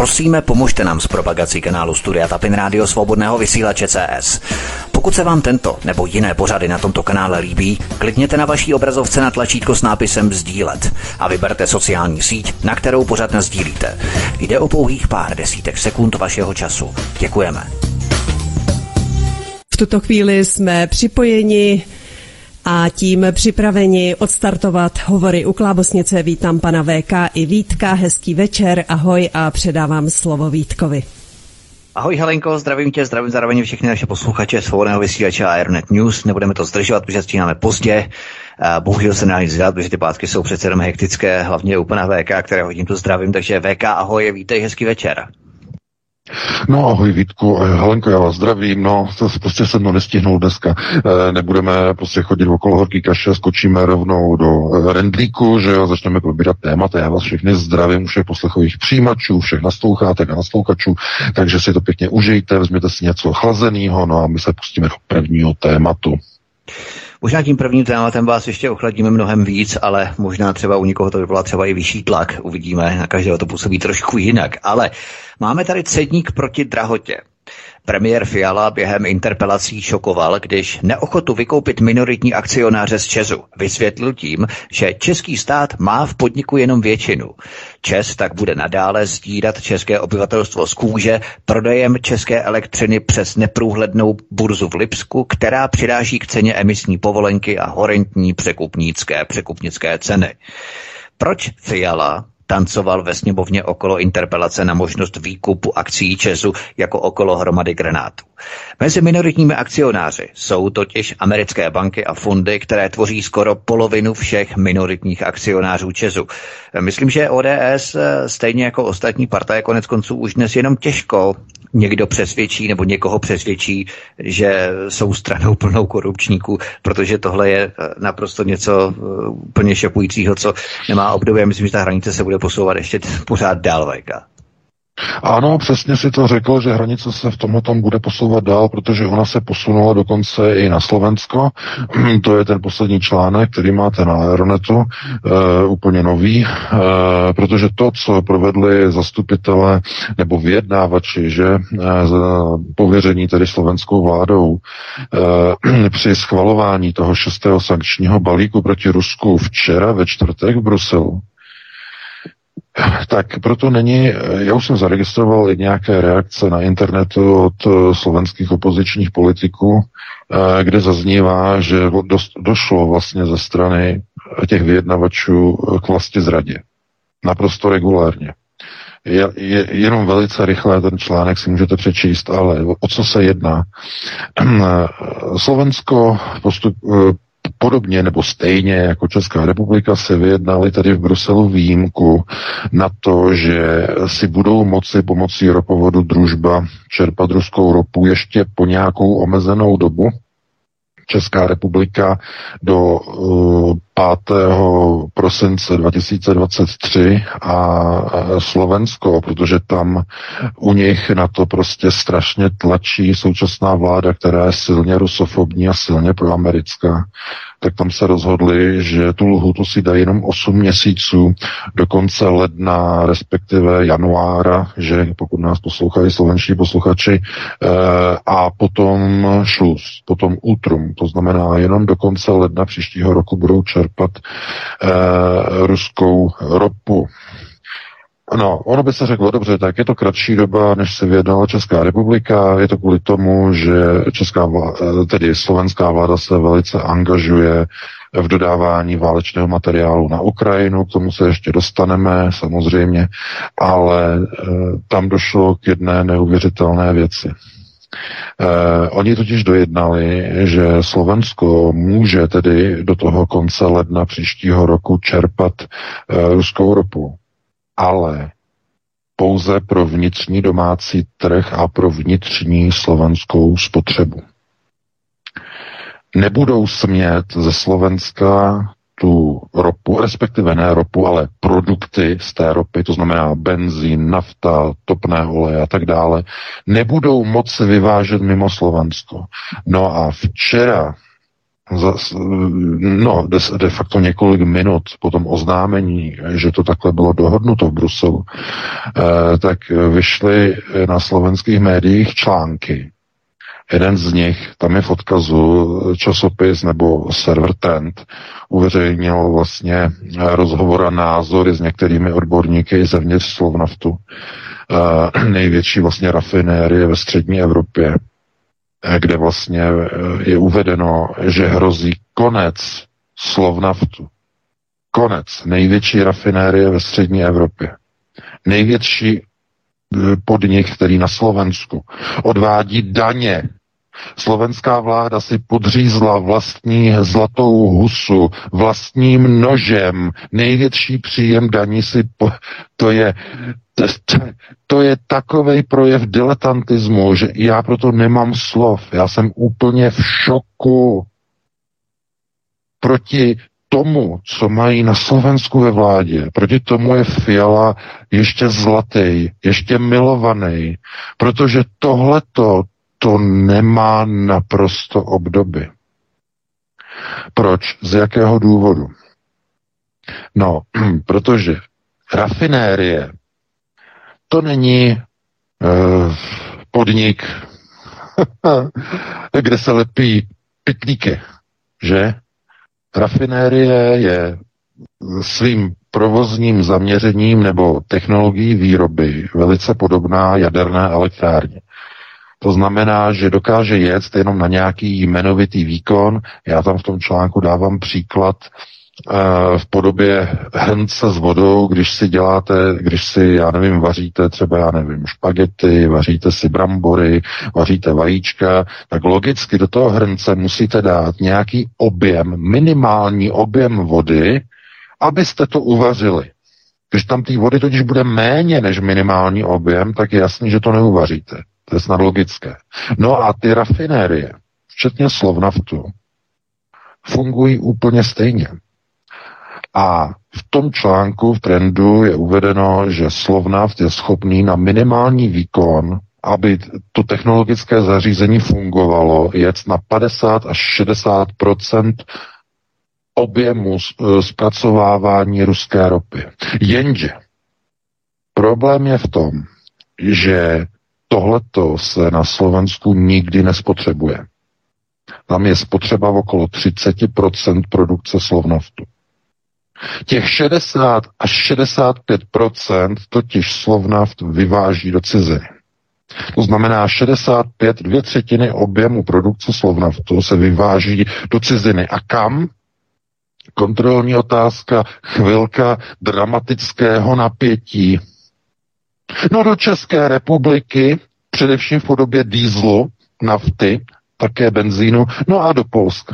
Prosíme, pomožte nám s propagací kanálu Studia Tapin Rádio Svobodného vysílače CS. Pokud se vám tento nebo jiné pořady na tomto kanále líbí, klikněte na vaší obrazovce na tlačítko s nápisem sdílet a vyberte sociální síť, na kterou pořad nasdílíte. Jde o pouhých pár desítek sekund vašeho času. Děkujeme. V tuto chvíli jsme připojeni a tím připraveni odstartovat hovory u Klábosnice. Vítám pana VK i Vítka, hezký večer, ahoj a předávám slovo Vítkovi. Ahoj Helenko, zdravím tě, zdravím zároveň všechny naše posluchače Svobodného vysílače a Aeronet News. Nebudeme to zdržovat, protože začínáme pozdě. Bohužel se nedá nic dělat, protože ty pátky jsou přece jenom hektické, hlavně u pana VK, kterého tímto zdravím. Takže VK, ahoj, vítej, hezký večer. No ahoj Vítku, Helenko, já vás zdravím, no to prostě se mnou nestihnul dneska, nebudeme prostě chodit okolo horký kaše, skočíme rovnou do rendlíku, že jo, začneme probírat témata, já vás všechny zdravím, všech poslechových přijímačů, všech naslouchátek a naslouchačů, takže si to pěkně užijte, vezměte si něco chlazenýho, no a my se pustíme do prvního tématu. Možná tím prvním tématem vás ještě ochladíme mnohem víc, ale možná třeba u někoho to vyvolá třeba i vyšší tlak. Uvidíme, na každého to působí trošku jinak. Ale máme tady cedník proti drahotě. Premiér Fiala během interpelací šokoval, když neochotu vykoupit minoritní akcionáře z ČEZu vysvětlil tím, že český stát má v podniku jenom většinu. ČEZ tak bude nadále sdírat české obyvatelstvo z kůže prodejem české elektřiny přes neprůhlednou burzu v Lipsku, která přiráží k ceně emisní povolenky a horentní překupnické ceny. Proč Fiala tancoval ve sněmovně okolo interpelace na možnost výkupu akcií ČEZu jako okolo hromady granátů? Mezi minoritními akcionáři jsou totiž americké banky a fondy, které tvoří skoro polovinu všech minoritních akcionářů ČEZu. Myslím, že ODS, stejně jako ostatní partaje, konec konců už dnes jenom těžko někdo přesvědčí nebo někoho přesvědčí, že jsou stranou plnou korupčníků, protože tohle je naprosto něco úplně šokujícího, co nemá období. Myslím, že ta hranice se bude posouvat ještě pořád dál, Vejka. Ano, přesně si to řekl, že hranice se v tomhle tom bude posouvat dál, protože ona se posunula dokonce i na Slovensko. To je ten poslední článek, který máte na Aeronetu, úplně nový, protože to, co provedli zastupitelé nebo vyjednávači, že pověření tedy slovenskou vládou při schvalování toho 6. sankčního balíku proti Rusku včera ve čtvrtek v Bruselu, tak proto není, já už jsem zaregistroval i nějaké reakce na internetu od slovenských opozičních politiků, kde zaznívá, že došlo vlastně ze strany těch vyjednavačů k vlastizradě. Naprosto regulárně. Jenom velice rychle ten článek si můžete přečíst, ale o co se jedná? Slovensko podobně nebo stejně jako Česká republika se vyjednali tady v Bruselu výjimku na to, že si budou moci pomocí ropovodu Družba čerpat ruskou ropu ještě po nějakou omezenou dobu. Česká republika do 5. prosince 2023 a Slovensko, protože tam u nich na to prostě strašně tlačí současná vláda, která je silně rusofobní a silně proamerická, tak tam se rozhodli, že tu lhůtu si dají jenom 8 měsíců do konce ledna, respektive januára, že pokud nás poslouchají slovenští posluchači, a potom šluz, potom útrum, to znamená jenom do konce ledna příštího roku budou čerpat ruskou ropu. No, ono by se řeklo, dobře, tak je to kratší doba, než se vyjednala Česká republika, je to kvůli tomu, že tedy slovenská vláda se velice angažuje v dodávání válečného materiálu na Ukrajinu, k tomu se ještě dostaneme samozřejmě, ale tam došlo k jedné neuvěřitelné věci. Oni totiž dojednali, že Slovensko může tedy do toho konce ledna příštího roku čerpat ruskou ropu, ale pouze pro vnitřní domácí trh a pro vnitřní slovenskou spotřebu. Nebudou smět ze Slovenska tu ropu, respektive ne ropu, ale produkty z té ropy, to znamená benzín, nafta, topné oleje a tak dále, nebudou moci vyvážet mimo Slovensko. No a včera de facto několik minut po tom oznámení, že to takhle bylo dohodnuto v Bruselu, tak vyšly na slovenských médiích články. Jeden z nich, tam je v odkazu časopis nebo server Trend, uveřejnil vlastně rozhovor a názory s některými odborníky zevnitř Slovnaftu, největší vlastně rafinérie ve střední Evropě, kde vlastně je uvedeno, že hrozí konec Slovnaftu. Konec největší rafinérie ve střední Evropě. Největší podnik, který na Slovensku odvádí daně. Slovenská vláda si podřízla vlastní zlatou husu vlastním nožem. Největší příjem daní to je takovej projev diletantismu, že já proto nemám slov. Já jsem úplně v šoku proti tomu, co mají na Slovensku ve vládě. Proti tomu je Fiala ještě zlatý, ještě milovaný, protože tohleto to nemá naprosto obdoby. Proč? Z jakého důvodu? No, protože rafinérie to není podnik, kde se lepí pytlíky, že? Rafinérie je svým provozním zaměřením nebo technologií výroby velice podobná jaderné elektrárně. To znamená, že dokáže jet jenom na nějaký jmenovitý výkon. Já tam v tom článku dávám příklad v podobě hrnce s vodou, když si, já nevím, vaříte třeba, já nevím, špagety, vaříte si brambory, vaříte vajíčka, tak logicky do toho hrnce musíte dát nějaký objem, minimální objem vody, abyste to uvařili. Když tam té vody totiž bude méně než minimální objem, tak je jasný, že to neuvaříte. To je snad logické. No a ty rafinérie, včetně Slovnaftu, fungují úplně stejně. A v tom článku v Trendu je uvedeno, že Slovnaft je schopný na minimální výkon, aby to technologické zařízení fungovalo, jet na 50 až 60% objemu zpracovávání ruské ropy. Jenže problém je v tom, že tohleto se na Slovensku nikdy nespotřebuje. Tam je spotřeba okolo 30% produkce Slovnaftu. Těch 60 až 65% totiž Slovnaft vyváží do ciziny. To znamená 65, 2/3 objemu produkce Slovnaftu se vyváží do ciziny. A kam? Kontrolní otázka, chvilka dramatického napětí. No do České republiky, především v podobě dieselu, nafty, také benzínu, no a do Polska.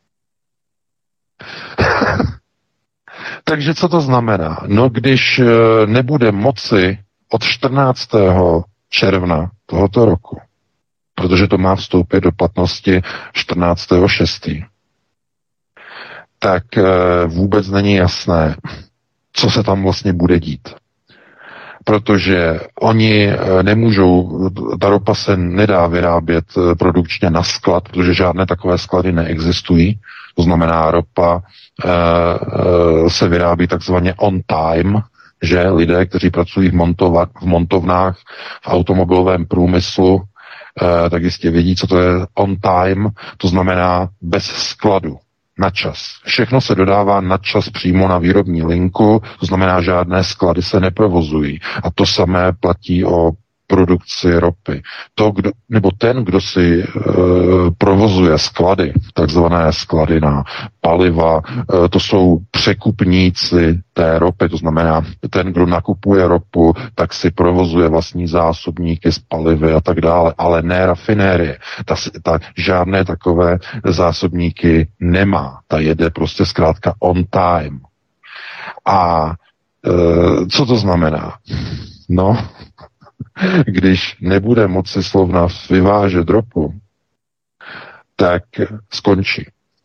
Takže co to znamená? No když nebude moci od 14. června tohoto roku, protože to má vstoupit do platnosti 14.6., tak vůbec není jasné, co se tam vlastně bude dít. Protože oni nemůžou, ta ropa se nedá vyrábět produkčně na sklad, protože žádné takové sklady neexistují. To znamená, ropa se vyrábí takzvaně on time, že lidé, kteří pracují v montovnách, v automobilovém průmyslu, tak jistě vědí, co to je on time, to znamená bez skladu. Na čas. Všechno se dodává na čas přímo na výrobní linku, to znamená, žádné sklady se neprovozují. A to samé platí o produkci ropy. Ten, kdo si provozuje sklady, takzvané sklady na paliva, to jsou překupníci té ropy, to znamená, ten, kdo nakupuje ropu, tak si provozuje vlastní zásobníky z palivy a tak dále, ale ne rafinérie. Ta žádné takové zásobníky nemá. Ta jede prostě zkrátka on time. A co to znamená? No, když nebude moci Slovnaft vyvážet ropu, tak skončí.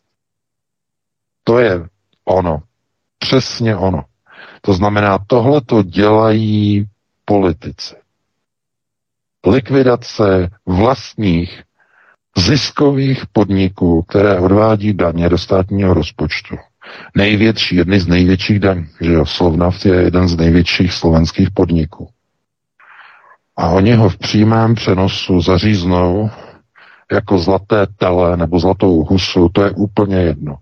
To je ono. Přesně ono. To znamená, tohle to dělají politici. Likvidace vlastních ziskových podniků, které odvádí daně do státního rozpočtu. Jedny z největších daní, že jo, Slovnaft je jeden z největších slovenských podniků. A oni ho v přímém přenosu zaříznou jako zlaté tele nebo zlatou husu, to je úplně jedno.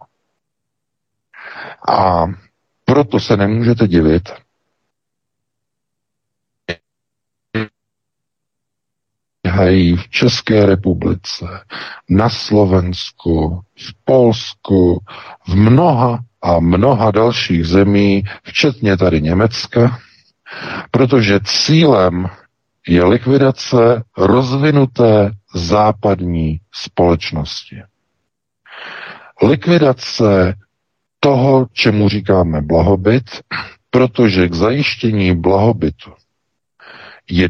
A proto se nemůžete divit, v České republice, na Slovensku, v Polsku, v mnoha dalších zemí, včetně tady Německa, protože cílem je likvidace rozvinuté západní společnosti. Likvidace toho, čemu říkáme blahobyt, protože k zajištění blahobytu je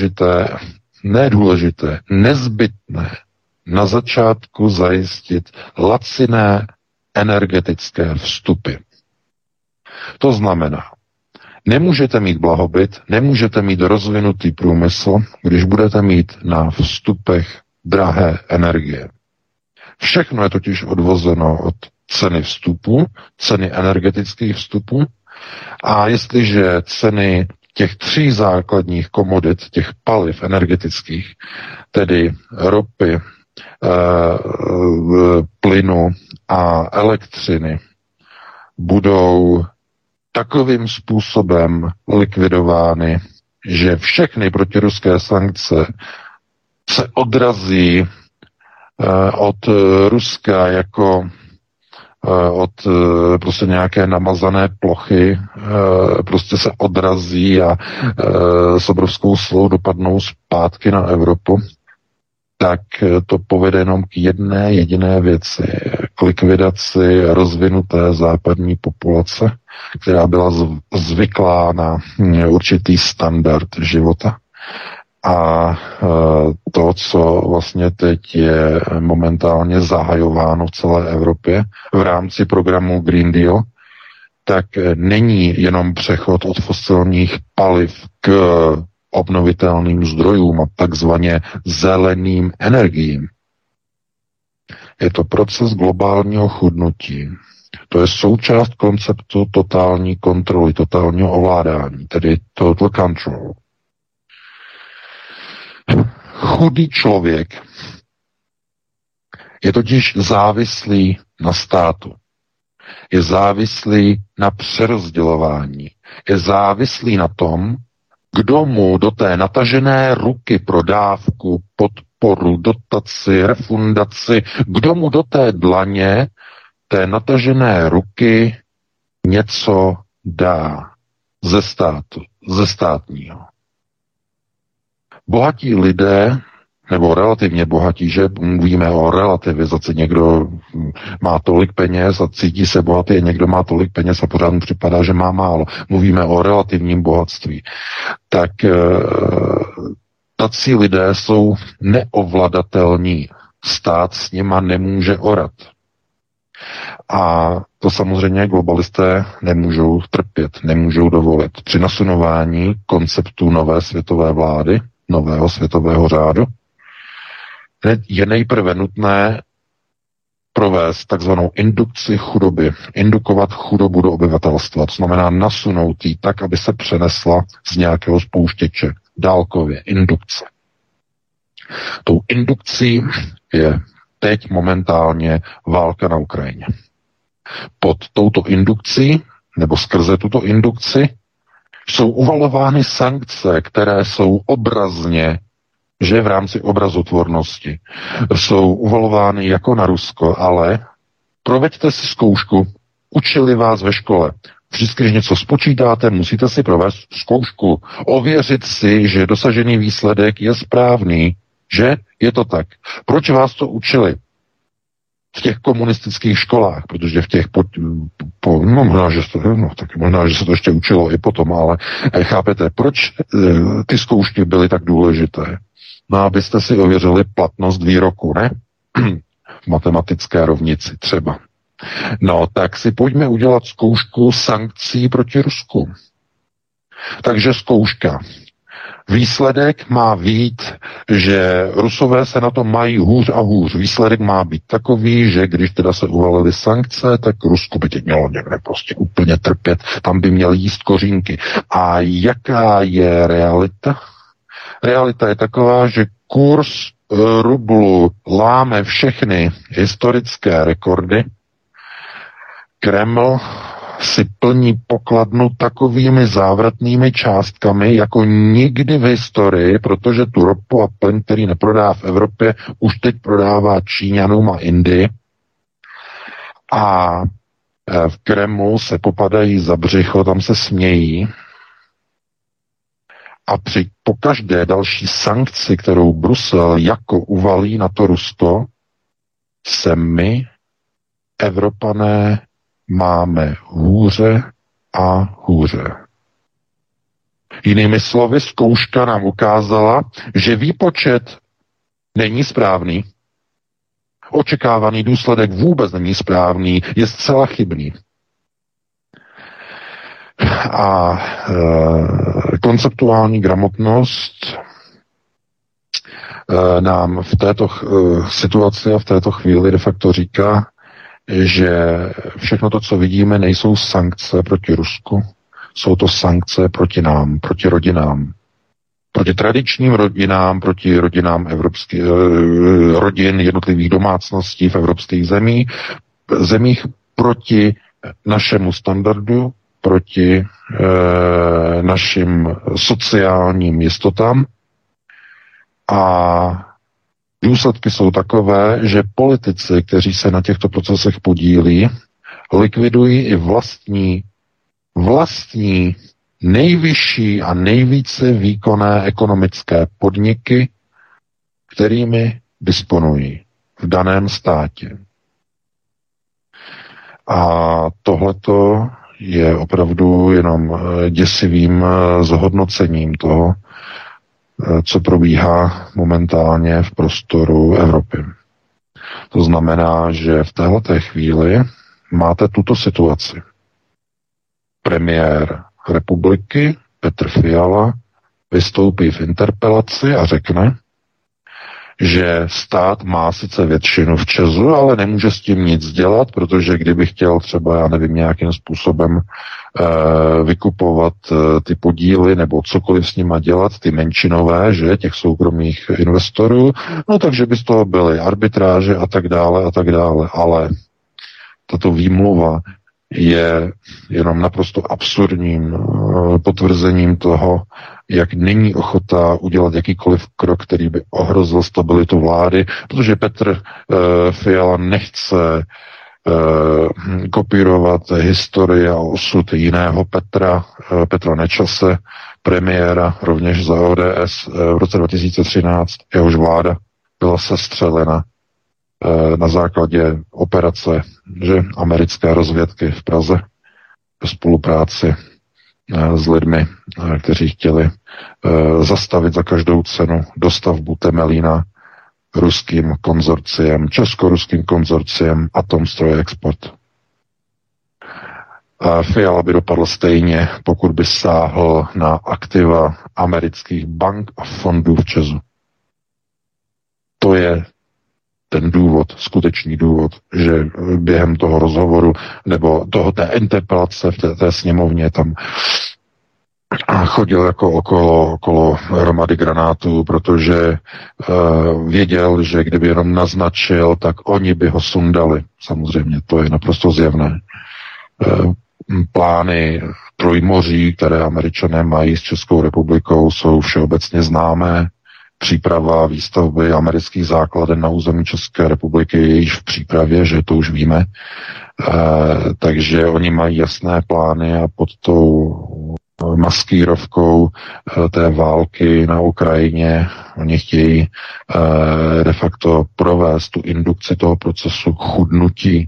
nezbytné na začátku zajistit laciné energetické vstupy. To znamená, nemůžete mít blahobyt, nemůžete mít rozvinutý průmysl, když budete mít na vstupech drahé energie. Všechno je totiž odvozeno od ceny vstupu, ceny energetických vstupů, a jestliže ceny těch 3 základních komodit, těch paliv energetických, tedy ropy, plynu a elektřiny, budou takovým způsobem likvidovány, že všechny protiruské sankce se odrazí od Ruska jako od prostě nějaké namazané plochy, prostě se odrazí a s obrovskou silou dopadnou zpátky na Evropu, tak to povede jenom k jedné jediné věci, k likvidaci rozvinuté západní populace, která byla zvyklá na určitý standard života. A to, co vlastně teď je momentálně zahajováno v celé Evropě v rámci programu Green Deal, tak není jenom přechod od fosilních paliv k obnovitelným zdrojům a takzvaně zeleným energiím. Je to proces globálního chudnutí. To je součást konceptu totální kontroly, totálního ovládání, tedy total control. Chudý člověk je totiž závislý na státu. Je závislý na přerozdělování. Je závislý na tom, kdo mu do té natažené ruky pro dávku, podporu, dotaci, refundaci, kdo mu do té dlaně, té natažené ruky něco dá ze státu, ze státního. Bohatí lidé, nebo relativně bohatí, že mluvíme o relativizaci, někdo má tolik peněz a cítí se bohatý, a někdo má tolik peněz a pořád mu připadá, že má málo. Mluvíme o relativním bohatství. Tak tací lidé jsou neovladatelní. Stát s nima nemůže orat. A to samozřejmě globalisté nemůžou trpět, nemůžou dovolit. Při nasunování konceptu nové světové vlády, nového světového řádu, je nejprve nutné provést takzvanou indukci chudoby, indukovat chudobu do obyvatelstva, to znamená nasunout ji tak, aby se přenesla z nějakého spouštěče, dálkově, indukce. Tou indukcí je teď momentálně válka na Ukrajině. Pod touto indukcí, nebo skrze tuto indukci, jsou uvalovány sankce, které jsou obrazně, že v rámci obrazotvornosti, jsou uvalovány jako na Rusko, ale proveďte si zkoušku, učili vás ve škole. Vždycky, když něco spočítáte, musíte si provést zkoušku, ověřit si, že dosažený výsledek je správný, že je to tak. Proč vás to učili? V těch komunistických školách, protože v těch možná, že se to ještě učilo i potom, ale chápete, proč ty zkoušky byly tak důležité? No, abyste si ověřili platnost výroku, ne? V matematické rovnici třeba. No, tak si pojďme udělat zkoušku sankcí proti Rusku. Takže zkouška. Výsledek má být, že Rusové se na to mají hůř a hůř. Výsledek má být takový, že když teda se uvalily sankce, tak Rusko by teď mělo někde prostě úplně trpět, tam by měl jíst kořínky. A jaká je realita? Realita je taková, že kurz rublu láme všechny historické rekordy. Kreml si plní pokladnu takovými závratnými částkami jako nikdy v historii, protože tu ropu a plyn, který neprodá v Evropě, už teď prodává Číňanům a Indii. A v Kremlu se popadají za břicho, tam se smějí. A po každé další sankci, kterou Brusel jako uvalí na to Rusko, se my, Evropané, máme hůře a hůře. Jinými slovy, zkouška nám ukázala, že výpočet není správný. Očekávaný důsledek vůbec není správný, je zcela chybný. A konceptuální gramotnost nám v této situaci a v této chvíli de facto říká, že všechno to, co vidíme, nejsou sankce proti Rusku, jsou to sankce proti nám, proti rodinám. Proti tradičním rodinám, proti rodinám rodin jednotlivých domácností v evropských zemích, proti našemu standardu, proti našim sociálním jistotám. A důsledky jsou takové, že politici, kteří se na těchto procesech podílí, likvidují i vlastní nejvyšší a nejvíce výkonné ekonomické podniky, kterými disponují v daném státě. A tohleto je opravdu jenom děsivým zhodnocením toho, co probíhá momentálně v prostoru Evropy. To znamená, že v téhleté chvíli máte tuto situaci. Premiér republiky Petr Fiala vystoupí v interpelaci a řekne, že stát má sice většinu v ČEZu, ale nemůže s tím nic dělat, protože kdyby chtěl třeba, já nevím, nějakým způsobem vykupovat ty podíly nebo cokoliv s nima dělat, ty menšinové, že, těch soukromých investorů, no takže by z toho byly arbitráže a tak dále, ale tato výmluva je jenom naprosto absurdním potvrzením toho, jak není ochota udělat jakýkoliv krok, který by ohrozil stabilitu vlády, protože Petr Fiala nechce kopírovat historii a osud jiného Petra Nečase, premiéra rovněž za ODS v roce 2013, jehož vláda byla sestřelena na základě operace, že americké rozvědky v Praze ve spolupráci s lidmi, kteří chtěli zastavit za každou cenu dostavbu Temelína ruským konzorciem, česko-ruským konzorciem Atomstrojexport. Fiala by dopadl stejně, pokud by sáhl na aktiva amerických bank a fondů v ČEZu. To je ten důvod, skutečný důvod, že během toho rozhovoru nebo té interpelace v té sněmovně tam chodil jako okolo hromady granátů, protože věděl, že kdyby jenom naznačil, tak oni by ho sundali. Samozřejmě, to je naprosto zjevné. Plány trojmoří, které Američané mají s Českou republikou, jsou všeobecně známé. Příprava výstavby amerických základen na území České republiky je již v přípravě, že to už víme. Takže oni mají jasné plány a pod tou maskírovkou té války na Ukrajině oni chtějí de facto provést tu indukci toho procesu chudnutí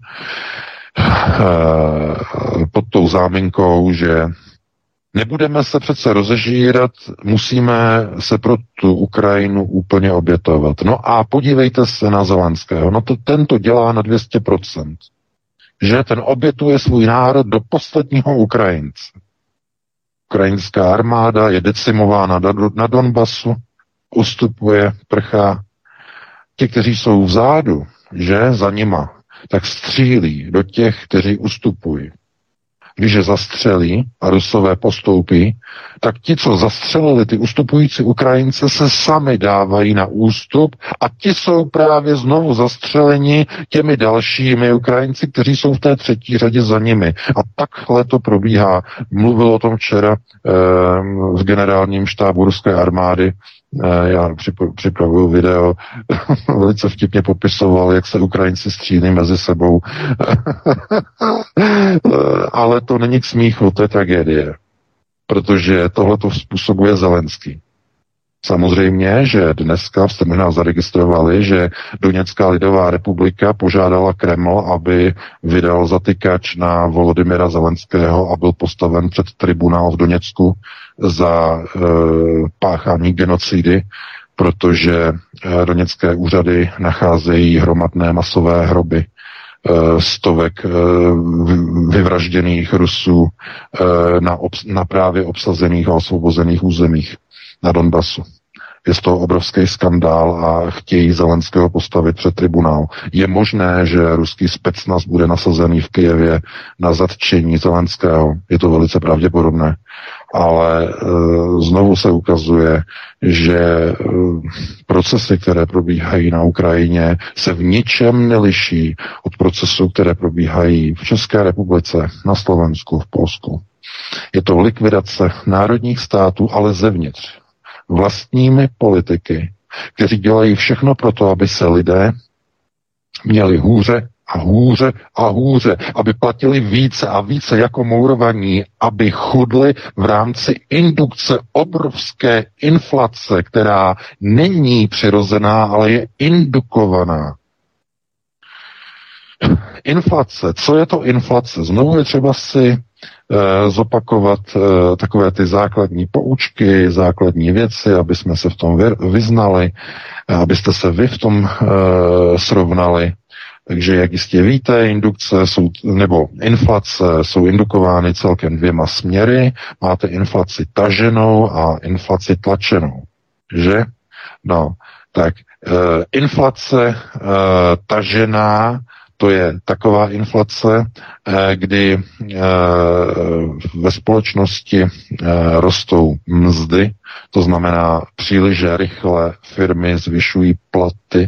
pod tou záminkou, že nebudeme se přece rozežírat, musíme se pro tu Ukrajinu úplně obětovat. No a podívejte se na Zelenského. No ten to dělá na 200%. Že ten obětuje svůj národ do posledního Ukrajince. Ukrajinská armáda je decimována na Donbasu, ustupuje, prchá. Ti, kteří jsou vzadu, že za nima, tak střílí do těch, kteří ustupují. Když je zastřelí a Rusové postoupí, tak ti, co zastřelili ty ustupující Ukrajince, se sami dávají na ústup a ti jsou právě znovu zastřeleni těmi dalšími Ukrajinci, kteří jsou v té třetí řadě za nimi. A takhle to probíhá. Mluvil o tom včera v generálním štábu ruské armády. Já připravuju video, velice vtipně popisoval, jak se Ukrajinci střílí mezi sebou. Ale to není k smíchu, to je tragédie. Protože tohle to způsobuje Zelenský. Samozřejmě, že dneska jste možná zaregistrovali, že Doněcká lidová republika požádala Kreml, aby vydal zatykač na Volodymyra Zelenského a byl postaven před tribunál v Doněcku za páchání genocidy, protože doněcké úřady nacházejí hromadné masové hroby stovek vyvražděných Rusů na právě obsazených a osvobozených územích na Donbasu. Je to obrovský skandál a chtějí Zelenského postavit před tribunál. Je možné, že ruský specnaz bude nasazený v Kyjevě na zatčení Zelenského. Je to velice pravděpodobné. Ale znovu se ukazuje, že procesy, které probíhají na Ukrajině, se v ničem neliší od procesů, které probíhají v České republice, na Slovensku, v Polsku. Je to likvidace národních států, ale zevnitř. Vlastními politiky, kteří dělají všechno pro to, aby se lidé měli hůře a hůře a hůře, aby platili více a více jako mourovaní, aby chudli v rámci indukce obrovské inflace, která není přirozená, ale je indukovaná. Inflace. Co je to inflace? Znovu je třeba si zopakovat takové ty základní poučky, základní věci, aby jsme se v tom vyznali, abyste se vy v tom srovnali. Takže, jak jistě víte, inflace jsou indukovány celkem dvěma směry. Máte inflaci taženou a inflaci tlačenou. Že? No, tak inflace tažená, to je taková inflace, kdy ve společnosti rostou mzdy, to znamená příliš rychle firmy zvyšují platy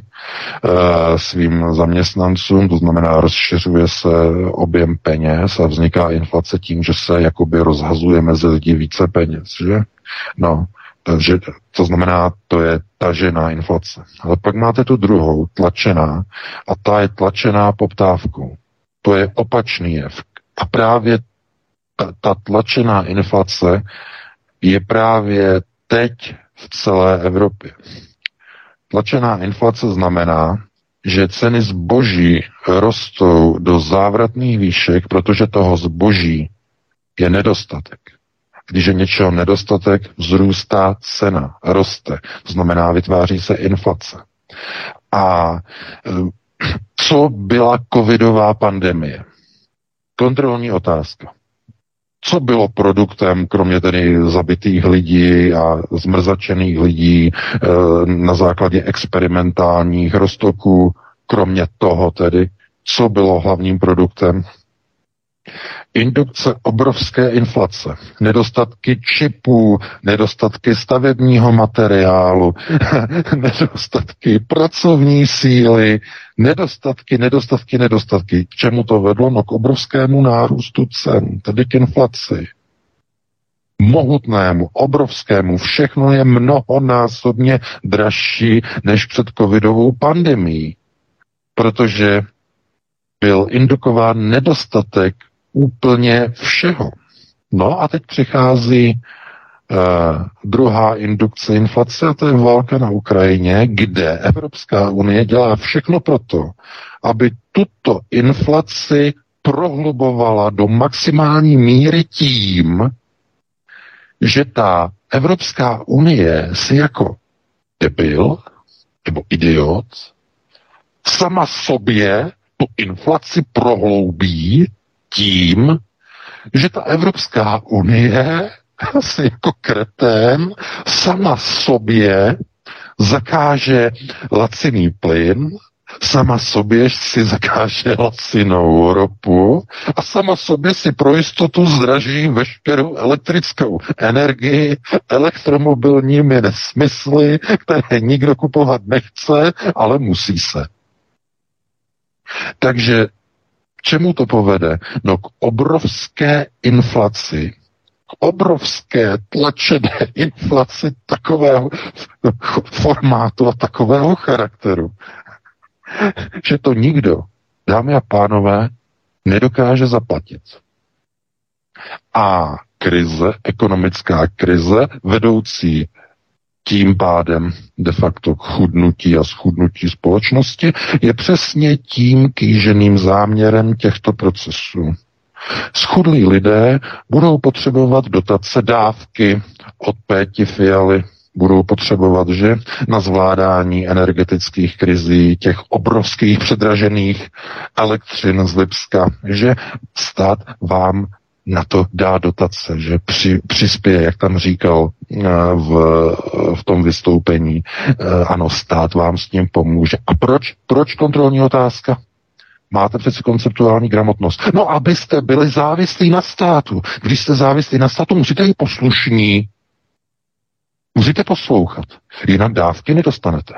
svým zaměstnancům, to znamená rozšiřuje se objem peněz a vzniká inflace tím, že se jakoby rozhazuje mezi lidi více peněz, že? No, takže to znamená, to je tažená inflace. Ale pak máte tu druhou, tlačená, a ta je tlačená poptávkou. To je opačný jev. A právě ta tlačená inflace je právě teď v celé Evropě. Tlačená inflace znamená, že ceny zboží rostou do závratných výšek, protože toho zboží je nedostatek. Když je něčeho nedostatek, vzrůstá cena, roste. To znamená, vytváří se inflace. A co byla covidová pandemie? Kontrolní otázka. Co bylo produktem, kromě tedy zabitých lidí a zmrzačených lidí na základě experimentálních roztoků, kromě toho tedy, co bylo hlavním produktem? Indukce obrovské inflace, nedostatky čipů, nedostatky stavebního materiálu, nedostatky pracovní síly, nedostatky. K čemu to vedlo? No k obrovskému nárůstu cen, tedy k inflaci. Mohutnému, obrovskému, všechno je mnohonásobně dražší než před covidovou pandemií, protože byl indukován nedostatek úplně všeho. No a teď přichází druhá indukce inflace, a to je válka na Ukrajině, kde Evropská unie dělá všechno proto, aby tuto inflaci prohlubovala do maximální míry tím, že ta Evropská unie si jako debil nebo idiot sama sobě tu inflaci prohloubí tím, že ta Evropská unie asi jako kretén sama sobě zakáže laciný plyn, sama sobě si zakáže lacinou ropu a sama sobě si pro jistotu zdraží veškerou elektrickou energii elektromobilními nesmysly, které nikdo kupovat nechce, ale musí se. Takže k čemu to povede? No k obrovské inflaci, k obrovské tlačené inflaci takového formátu a takového charakteru, že to nikdo, dámy a pánové, nedokáže zaplatit. A krize, ekonomická krize, vedoucí tím pádem de facto k chudnutí a schudnutí společnosti, je přesně tím kýženým záměrem těchto procesů. Schudlí lidé budou potřebovat dotace, dávky od Péti Fialy, budou potřebovat, že na zvládání energetických krizí, těch obrovských předražených elektřin z Lipska, že stát vám na to dá dotace, že přispěje, jak tam říkal v tom vystoupení, ano, stát vám s tím pomůže. A proč kontrolní otázka? Máte přeci konceptuální gramotnost. No, abyste byli závislí na státu. Když jste závislí na státu, musíte být poslušní. Musíte poslouchat. Jinak dávky nedostanete.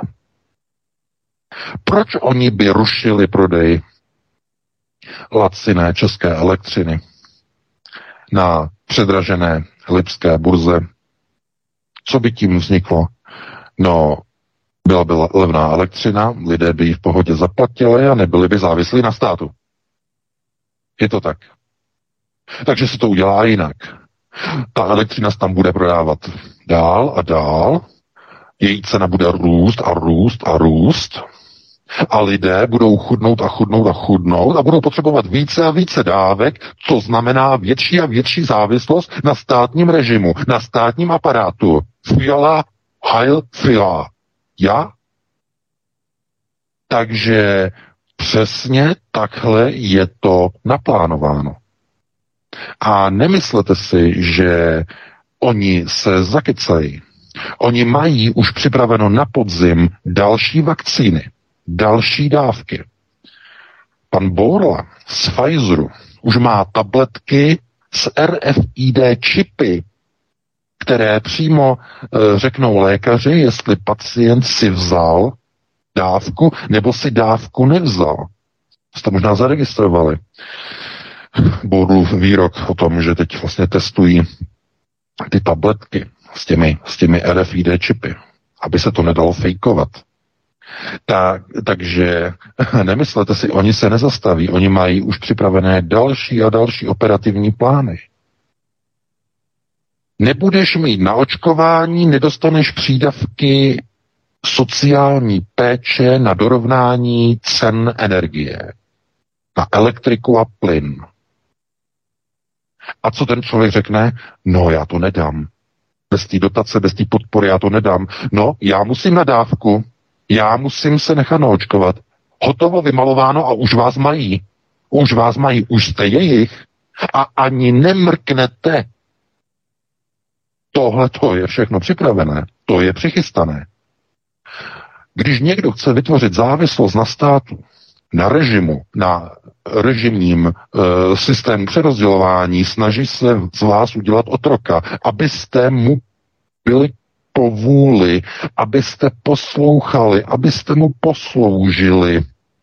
Proč oni by rušili prodej laciné české elektřiny na předražené lipské burze? Co by tím vzniklo? No, byla by levná elektřina, lidé by ji v pohodě zaplatili a nebyli by závislí na státu. Je to tak. Takže se to udělá jinak. Ta elektřina se tam bude prodávat dál a dál, její cena bude růst a růst a růst a lidé budou chudnout a chudnout a chudnout a budou potřebovat více a více dávek, co znamená větší a větší závislost na státním režimu, na státním aparátu. Fiala, Heil Fiala. Ja? Takže přesně takhle je to naplánováno. A nemyslete si, že oni se zakecají. Oni mají už připraveno na podzim další vakcíny, další dávky. Pan Bourla z Pfizeru už má tabletky s RFID čipy, které přímo řeknou lékaři, jestli pacient si vzal dávku nebo si dávku nevzal. Jste možná zaregistrovali Bourlův výrok o tom, že teď vlastně testují ty tabletky s těmi RFID čipy, aby se to nedalo fejkovat. Takže nemyslete si, oni se nezastaví, oni mají už připravené další a další operativní plány. Nebudeš mít na očkování, nedostaneš přídavky sociální péče na dorovnání cen energie, na elektriku a plyn. A co ten člověk řekne? No, já to nedám. Bez té dotace, bez té podpory já to nedám. No, já musím na dávku, já musím se nechat naočkovat. Hotovo, vymalováno a už vás mají. Už vás mají, už jste jejich a ani nemrknete. Tohle to je všechno připravené, to je přichystané. Když někdo chce vytvořit závislost na státu, na režimu, na režimním systému přerozdělování, snaží se z vás udělat otroka, abyste mu byli po vůli, abyste poslouchali, abyste mu posloužili.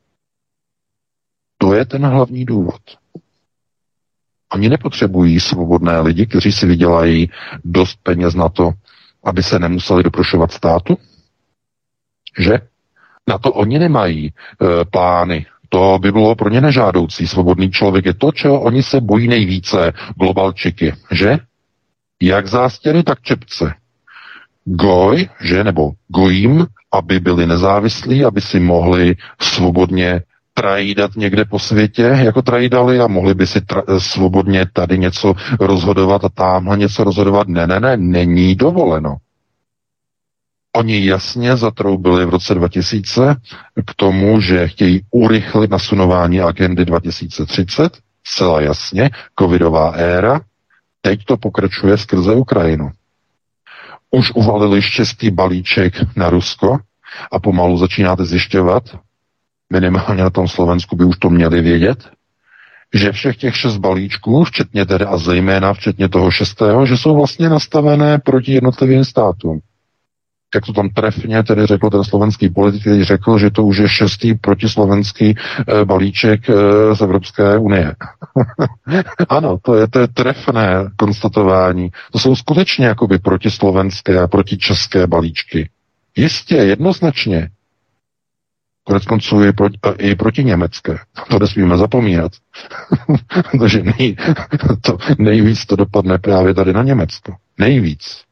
To je ten hlavní důvod. Oni nepotřebují svobodné lidi, kteří si vydělají dost peněz na to, aby se nemuseli doprošovat státu. Že? Na to oni nemají plány. To by bylo pro ně nežádoucí. Svobodný člověk je to, čeho oni se bojí nejvíce. Globalčiky. Že? Jak zástěry, tak čepce. Goj, že? Nebo gojím, aby byli nezávislí, aby si mohli svobodně trajdat někde po světě, jako trajdali a mohli by si svobodně tady něco rozhodovat a tamhle něco rozhodovat. Ne, není dovoleno. Oni jasně zatroubili v roce 2000 k tomu, že chtějí urychlit nasunování agendy 2030, zcela jasně, covidová éra, teď to pokračuje skrze Ukrajinu. Už uvalili 6. balíček na Rusko a pomalu začínáte zjišťovat, minimálně na tom Slovensku by už to měli vědět, že všech těch 6 balíčků, včetně tedy a zejména včetně toho 6., že jsou vlastně nastavené proti jednotlivým státům. Jak to tam trefně tedy řekl ten slovenský politik, který řekl, že to už je 6. protislovenský balíček z Evropské unie. Ano, to je trefné konstatování. To jsou skutečně jakoby protislovenské a protičeské balíčky. Jistě, jednoznačně. Konec konců i proti německé. To nesmíme zapomínat. Takže nejvíc to dopadne právě tady na Německo. Nejvíc.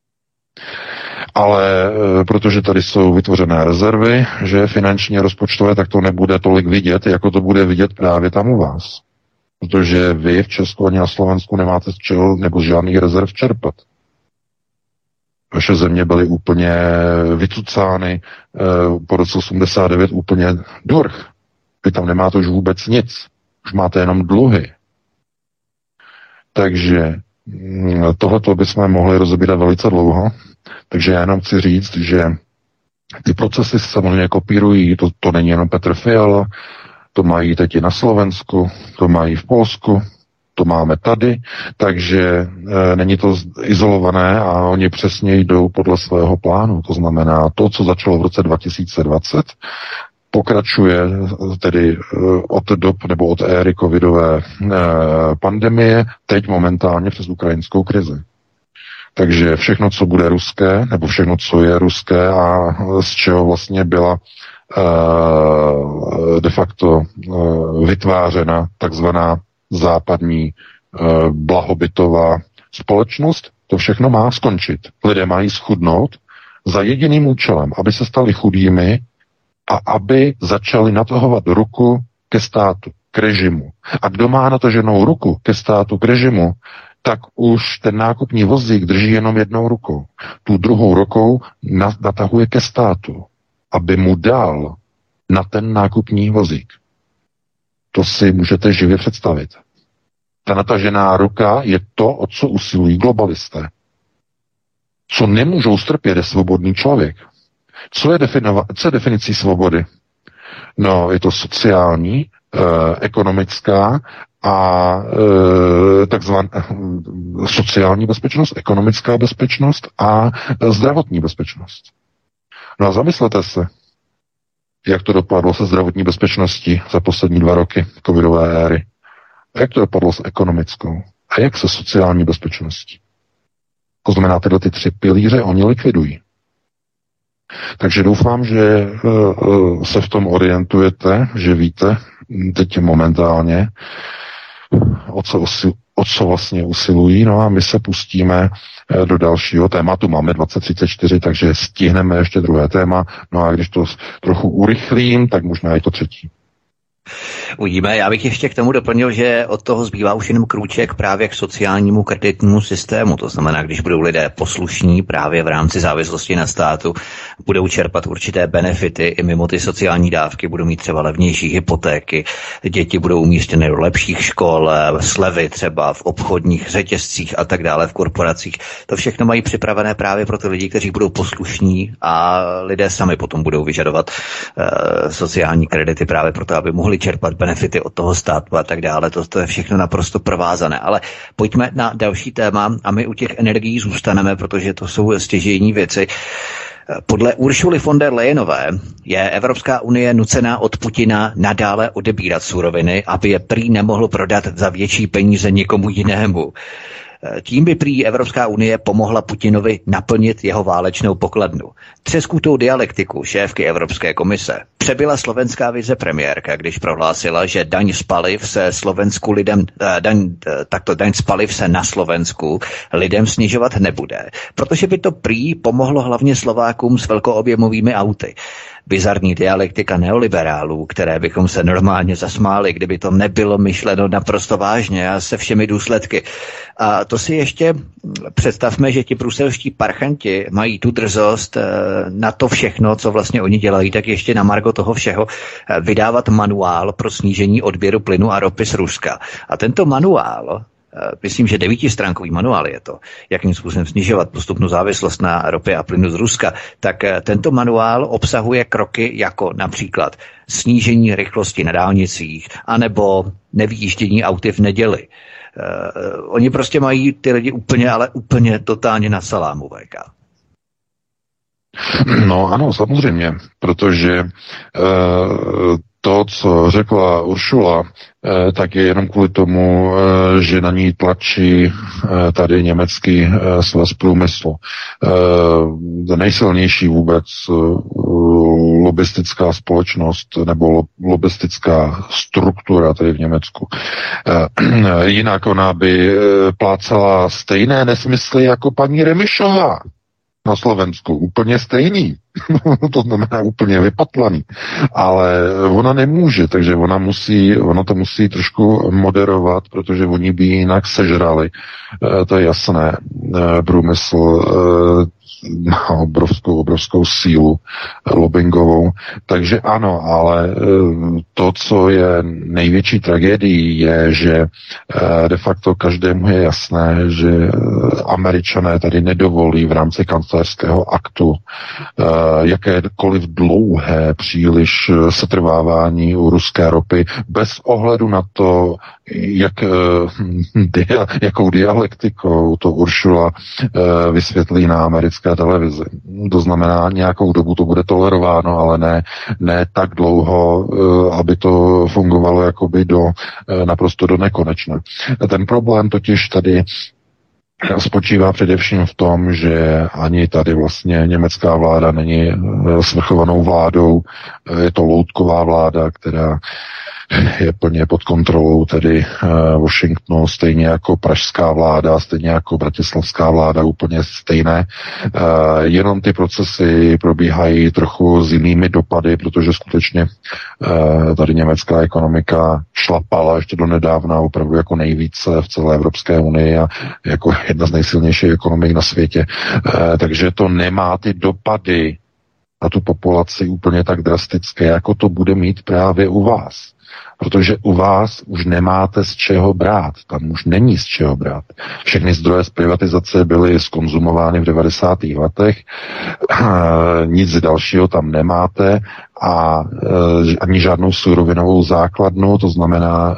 Ale protože tady jsou vytvořené rezervy, že finančně rozpočtové, tak to nebude tolik vidět, jako to bude vidět právě tam u vás. Protože vy v Česku ani na Slovensku nemáte z čeho nebo z žádných rezerv čerpat. Vaše země byly úplně vycucány po roce 89 úplně durch. Vy tam nemáte už vůbec nic. Už máte jenom dluhy. Takže tohleto bychom mohli rozebírat velice dlouho. Takže já jenom chci říct, že ty procesy samozřejmě kopírují. To není jenom Petr Fiala, to mají teď i na Slovensku, to mají v Polsku, to máme tady, takže není to izolované a oni přesně jdou podle svého plánu. To znamená, to, co začalo v roce 2020, pokračuje tedy od dob nebo od éry covidové pandemie, teď momentálně přes ukrajinskou krizi. Takže všechno, co bude ruské, nebo všechno, co je ruské a z čeho vlastně byla de facto vytvářena takzvaná západní blahobytová společnost, to všechno má skončit. Lidé mají schudnout za jediným účelem, aby se stali chudými a aby začali natahovat ruku ke státu, k režimu. A kdo má nataženou ruku ke státu, k režimu, tak už ten nákupní vozík drží jenom jednou rukou. Tu druhou rukou natahuje ke státu, aby mu dal na ten nákupní vozík. To si můžete živě představit. Ta natažená ruka je to, o co usilují globalisté. Co nemůžou strpět, je svobodný člověk. Co je definicí svobody? No, je to sociální, ekonomická a takzvaná sociální bezpečnost, ekonomická bezpečnost a zdravotní bezpečnost. No a zamyslete se, jak to dopadlo se zdravotní bezpečností za poslední 2 roky covidové éry. A jak to dopadlo s ekonomickou? A jak se sociální bezpečností? To znamená, tyhle 3 pilíře oni likvidují. Takže doufám, že se v tom orientujete, že víte teď momentálně, o co vlastně usilují. No a my se pustíme do dalšího tématu. Máme 20:34, takže stihneme ještě druhé téma. No a když to trochu urychlím, tak možná i to třetí. Uvidíme. Já bych ještě k tomu doplnil, že od toho zbývá už jenom krůček právě k sociálnímu kreditnímu systému. To znamená, když budou lidé poslušní právě v rámci závislosti na státu, budou čerpat určité benefity i mimo ty sociální dávky, budou mít třeba levnější hypotéky, děti budou umístěny do lepších škol, slevy třeba v obchodních řetězcích a tak dále, v korporacích. To všechno mají připravené právě pro ty lidi, kteří budou poslušní a lidé sami potom budou vyžadovat sociální kredity právě proto, aby mohli čerpat benefity od toho státu a tak dále. To je všechno naprosto provázané. Ale pojďme na další téma a my u těch energií zůstaneme, protože to jsou stěžejní věci. Podle Uršuly von der Leyenové je Evropská unie nucená od Putina nadále odebírat suroviny, aby je prý nemohl prodat za větší peníze někomu jinému. Tím by prý Evropská unie pomohla Putinovi naplnit jeho válečnou pokladnu. Třeskutou dialektiku šéfky Evropské komise přebyla slovenská vicepremiérka, když prohlásila, že daň z paliv se Slovensku lidem, daň z paliv se na Slovensku lidem snižovat nebude, protože by to prý pomohlo hlavně Slovákům s velkoobjemovými auty. Bizarní dialektika neoliberálů, které bychom se normálně zasmáli, kdyby to nebylo myšleno naprosto vážně a se všemi důsledky. A to si ještě představme, že ti bruselští parchanti mají tu drzost na to všechno, co vlastně oni dělají, tak ještě na margo toho všeho vydávat manuál pro snížení odběru plynu a ropy z Ruska. A tento manuál myslím, že 9stránkový manuál je to, jakým způsobem snižovat postupnou závislost na ropě a plynu z Ruska, tak tento manuál obsahuje kroky jako například snížení rychlosti na dálnicích anebo nevyjíždění auty v neděli. Oni prostě mají ty lidi úplně, ale úplně totálně na salámu, VK. No ano, samozřejmě, protože to, co řekla Uršula, tak je jenom kvůli tomu, že na ní tlačí tady německý svaz průmyslu. Nejsilnější vůbec lobistická společnost nebo lobistická struktura tady v Německu. Jinak ona by plácala stejné nesmysly jako paní Remišová na Slovensku. Úplně stejný. To znamená úplně vypatlaný. Ale ona nemůže, takže ona to musí trošku moderovat, protože oni by jinak sežrali. To je jasné. Průmysl má obrovskou sílu lobbingovou. Takže ano, ale to, co je největší tragédií, je, že de facto každému je jasné, že Američané tady nedovolí v rámci kancléřského aktu jakékoliv dlouhé příliš setrvávání u ruské ropy bez ohledu na to, jakou dialektikou to Uršula vysvětlí na americké televizi. To znamená, nějakou dobu to bude tolerováno, ale ne tak dlouho, aby to fungovalo jakoby naprosto do nekonečna. Ten problém totiž tady spočívá především v tom, že ani tady vlastně německá vláda není svrchovanou vládou, je to loutková vláda, která je plně pod kontrolou tedy Washingtonu, stejně jako pražská vláda, stejně jako bratislavská vláda, úplně stejné. Jenom ty procesy probíhají trochu s jinými dopady, protože skutečně tady německá ekonomika šlapala ještě do nedávna opravdu jako nejvíce v celé Evropské unii a jako jedna z nejsilnějších ekonomik na světě. Takže to nemá ty dopady na tu populaci úplně tak drastické, jako to bude mít právě u vás. Protože u vás už nemáte z čeho brát. Tam už není z čeho brát. Všechny zdroje z privatizace byly skonzumovány v 90. letech. Nic dalšího tam nemáte a ani žádnou surovinovou základnu. To znamená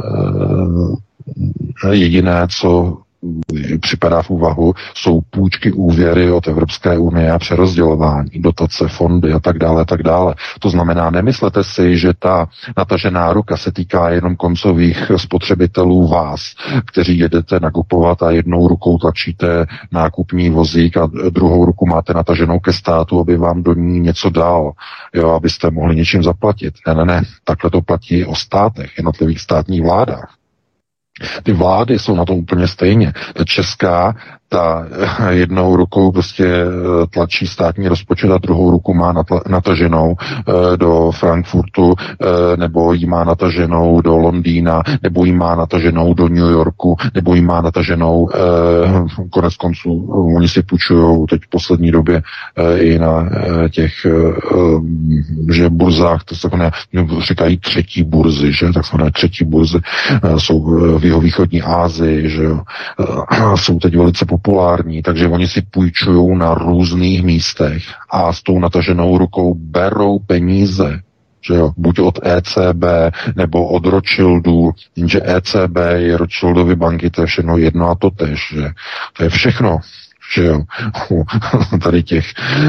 jediné, co připadá v úvahu, jsou půjčky, úvěry od Evropské unie a přerozdělování, dotace, fondy a tak dále, tak dále. To znamená, nemyslete si, že ta natažená ruka se týká jenom koncových spotřebitelů vás, kteří jedete nakupovat a jednou rukou tlačíte nákupní vozík a druhou ruku máte nataženou ke státu, aby vám do ní něco dal, jo, abyste mohli něčím zaplatit. Ne, takhle to platí o státech, jednotlivých státních vládách. Ty vlády jsou na to úplně stejně. Ta česká, ta jednou rukou prostě tlačí státní rozpočet a druhou ruku má nataženou do Frankfurtu, nebo jí má nataženou do Londýna, nebo jí má nataženou do New Yorku, nebo jí má nataženou konec konců, oni si půjčujou teď v poslední době i na těch že burzách, to se říkají třetí burzy, že takzvané třetí burzy jsou v jihovýchodní Asii, že jo, jsou teď velice populární, takže oni si půjčují na různých místech a s tou nataženou rukou berou peníze, že jo, buď od ECB nebo od Rothschildů, jenže ECB je Rothschildovy banky, to je všechno jedno a to tež, že to je všechno, že jo, tady těch,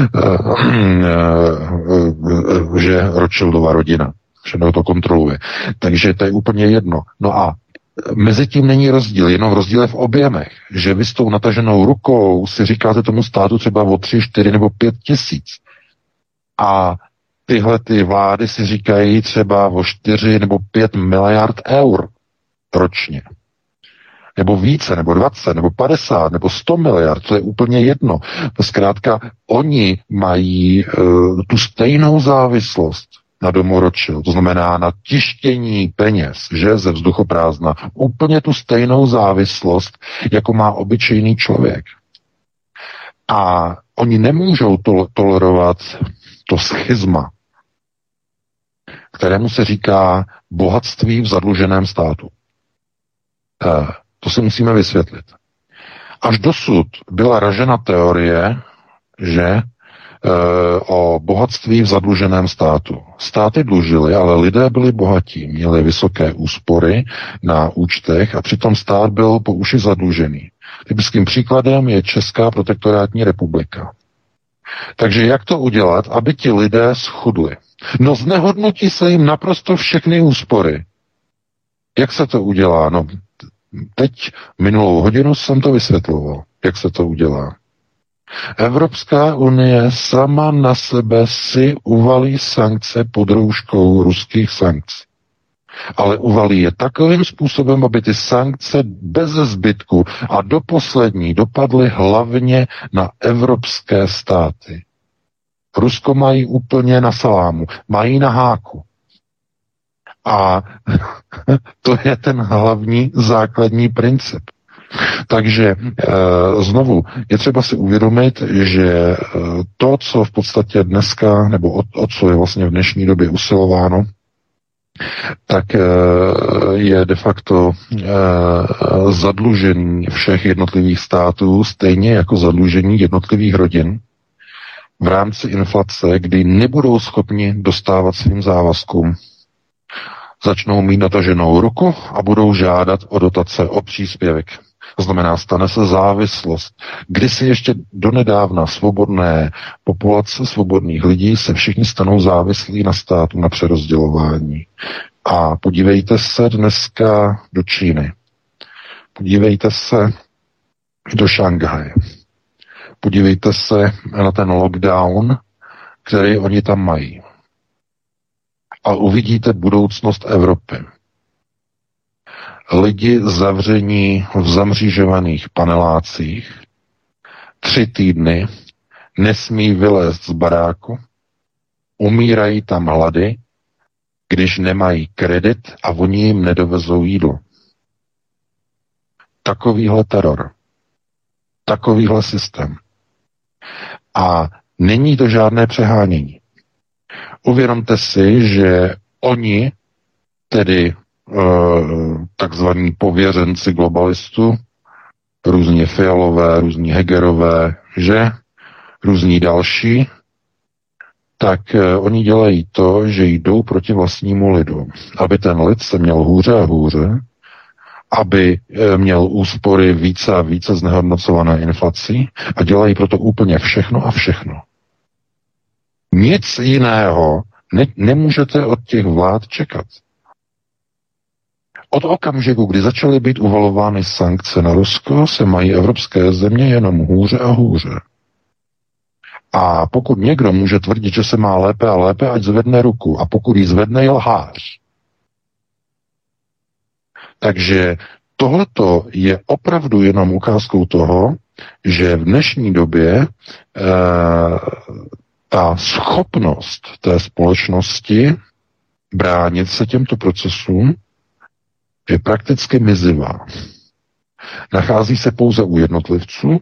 že Rothschildova rodina, všechno to kontroluje, takže to je úplně jedno. No a mezi tím není rozdíl, jenom rozdíl je v objemech, že vy s tou nataženou rukou si říkáte tomu státu třeba o 3, 4 nebo 5 tisíc. A tyhle ty vlády si říkají třeba o 4 nebo 5 miliard eur ročně. Nebo více, nebo 20, nebo 50, nebo 100 miliard, to je úplně jedno. Zkrátka, oni mají tu stejnou závislost na domu Rothschild, to znamená na tištění peněz, že ze vzduchoprázdna, úplně tu stejnou závislost, jako má obyčejný člověk. A oni nemůžou tolerovat to schizma, kterému se říká bohatství v zadluženém státu. To si musíme vysvětlit. Až dosud byla ražena teorie, že o bohatství v zadluženém státu. Státy dlužily, ale lidé byli bohatí, měli vysoké úspory na účtech a přitom stát byl po uši zadlužený. Typickým příkladem je Česká protektorátní republika. Takže jak to udělat, aby ti lidé schudli? No znehodnotí se jim naprosto všechny úspory. Jak se to udělá? No teď minulou hodinu jsem to vysvětloval, jak se to udělá. Evropská unie sama na sebe si uvalí sankce pod rouškou ruských sankcí. Ale uvalí je takovým způsobem, aby ty sankce bez zbytku a do poslední dopadly hlavně na evropské státy. Rusko mají úplně na salámu, mají na háku. A to je ten hlavní základní princip. Takže znovu je třeba si uvědomit, že to, co v podstatě dneska, nebo o co je vlastně v dnešní době usilováno, tak je de facto zadlužení všech jednotlivých států, stejně jako zadlužení jednotlivých rodin v rámci inflace, kdy nebudou schopni dostávat svým závazkům. Začnou mít nataženou ruku a budou žádat o dotace, o příspěvek. To znamená, stane se závislost. Kdysi ještě donedávna svobodné populace, svobodných lidí se všichni stanou závislí na státu, na přerozdělování. A podívejte se dneska do Číny. Podívejte se do Šanghaje. Podívejte se na ten lockdown, který oni tam mají. A uvidíte budoucnost Evropy. Lidi zavření v zamřížovaných panelácích 3 týdny nesmí vylézt z baráku, umírají tam hlady, když nemají kredit a oni jim nedovezou jídlo. Takovýhle teror. Takovýhle systém. A není to žádné přehánění. Uvědomte si, že oni, tedy takzvaní pověřenci globalistů, různě Fialové, různí Hegerové, že? Různí další, tak oni dělají to, že jdou proti vlastnímu lidu. Aby ten lid se měl hůře a hůře, aby měl úspory více a více znehodnocované inflací a dělají proto úplně všechno a všechno. Nic jiného nemůžete od těch vlád čekat. Od okamžiku, kdy začaly být uvalovány sankce na Rusko, se mají evropské země jenom hůře a hůře. A pokud někdo může tvrdit, že se má lépe a lépe, ať zvedne ruku. A pokud ji zvedne, je lhář. Takže tohleto je opravdu jenom ukázkou toho, že v dnešní době ta schopnost té společnosti bránit se těmto procesům je prakticky mizivá. Nachází se pouze u jednotlivců,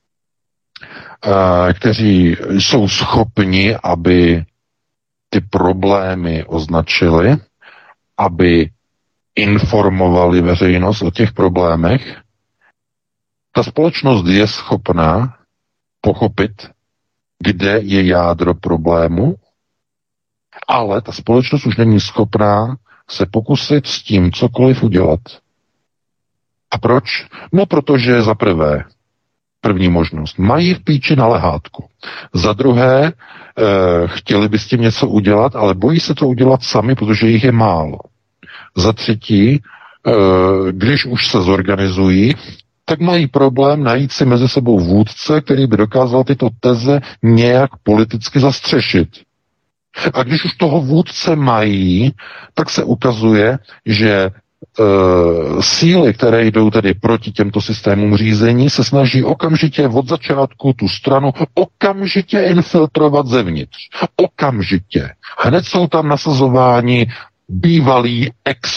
kteří jsou schopni, aby ty problémy označili, aby informovali veřejnost o těch problémech. Ta společnost je schopná pochopit, kde je jádro problému, ale ta společnost už není schopná se pokusit s tím cokoliv udělat. A proč? No, protože za prvé, první možnost, mají v píči na lehátku. Za druhé, chtěli by s tím něco udělat, ale bojí se to udělat sami, protože jich je málo. Za třetí, když už se zorganizují, tak mají problém najít si mezi sebou vůdce, který by dokázal tyto teze nějak politicky zastřešit. A když už toho vůdce mají, tak se ukazuje, že síly, které jdou tedy proti těmto systémům řízení, se snaží okamžitě od začátku tu stranu okamžitě infiltrovat zevnitř. Okamžitě. Hned jsou tam nasazováni bývalí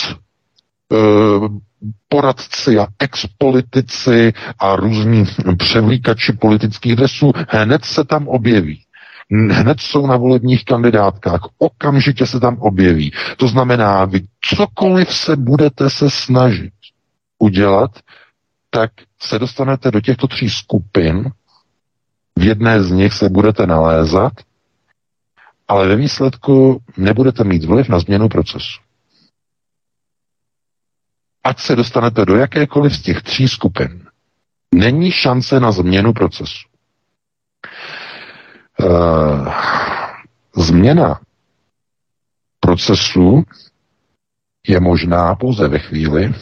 poradci a ex-politici a různí převlíkači politických dresů. Hned se tam objeví. Hned jsou na volebních kandidátkách, okamžitě se tam objeví. To znamená, vy cokoliv se budete se snažit udělat, tak se dostanete do těchto 3 skupin, v jedné z nich se budete nalézat, ale ve výsledku nebudete mít vliv na změnu procesu. Ať se dostanete do jakékoliv z těch 3 skupin, není šance na změnu procesu. Změna procesu je možná pouze ve chvíli,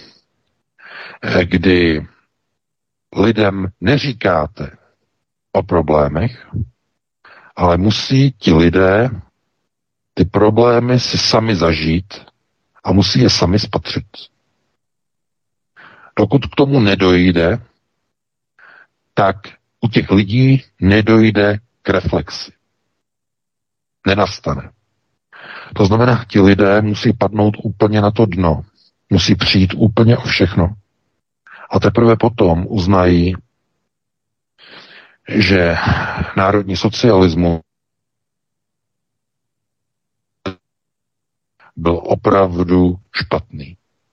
kdy lidem neříkáte o problémech, ale musí ti lidé ty problémy si sami zažít a musí je sami spatřit. Dokud k tomu nedojde, tak u těch lidí nedojde k reflexi. Nenastane. To znamená, ti lidé musí padnout úplně na to dno. Musí přijít úplně o všechno. A teprve potom uznají, že národní socialismus byl opravdu špatný.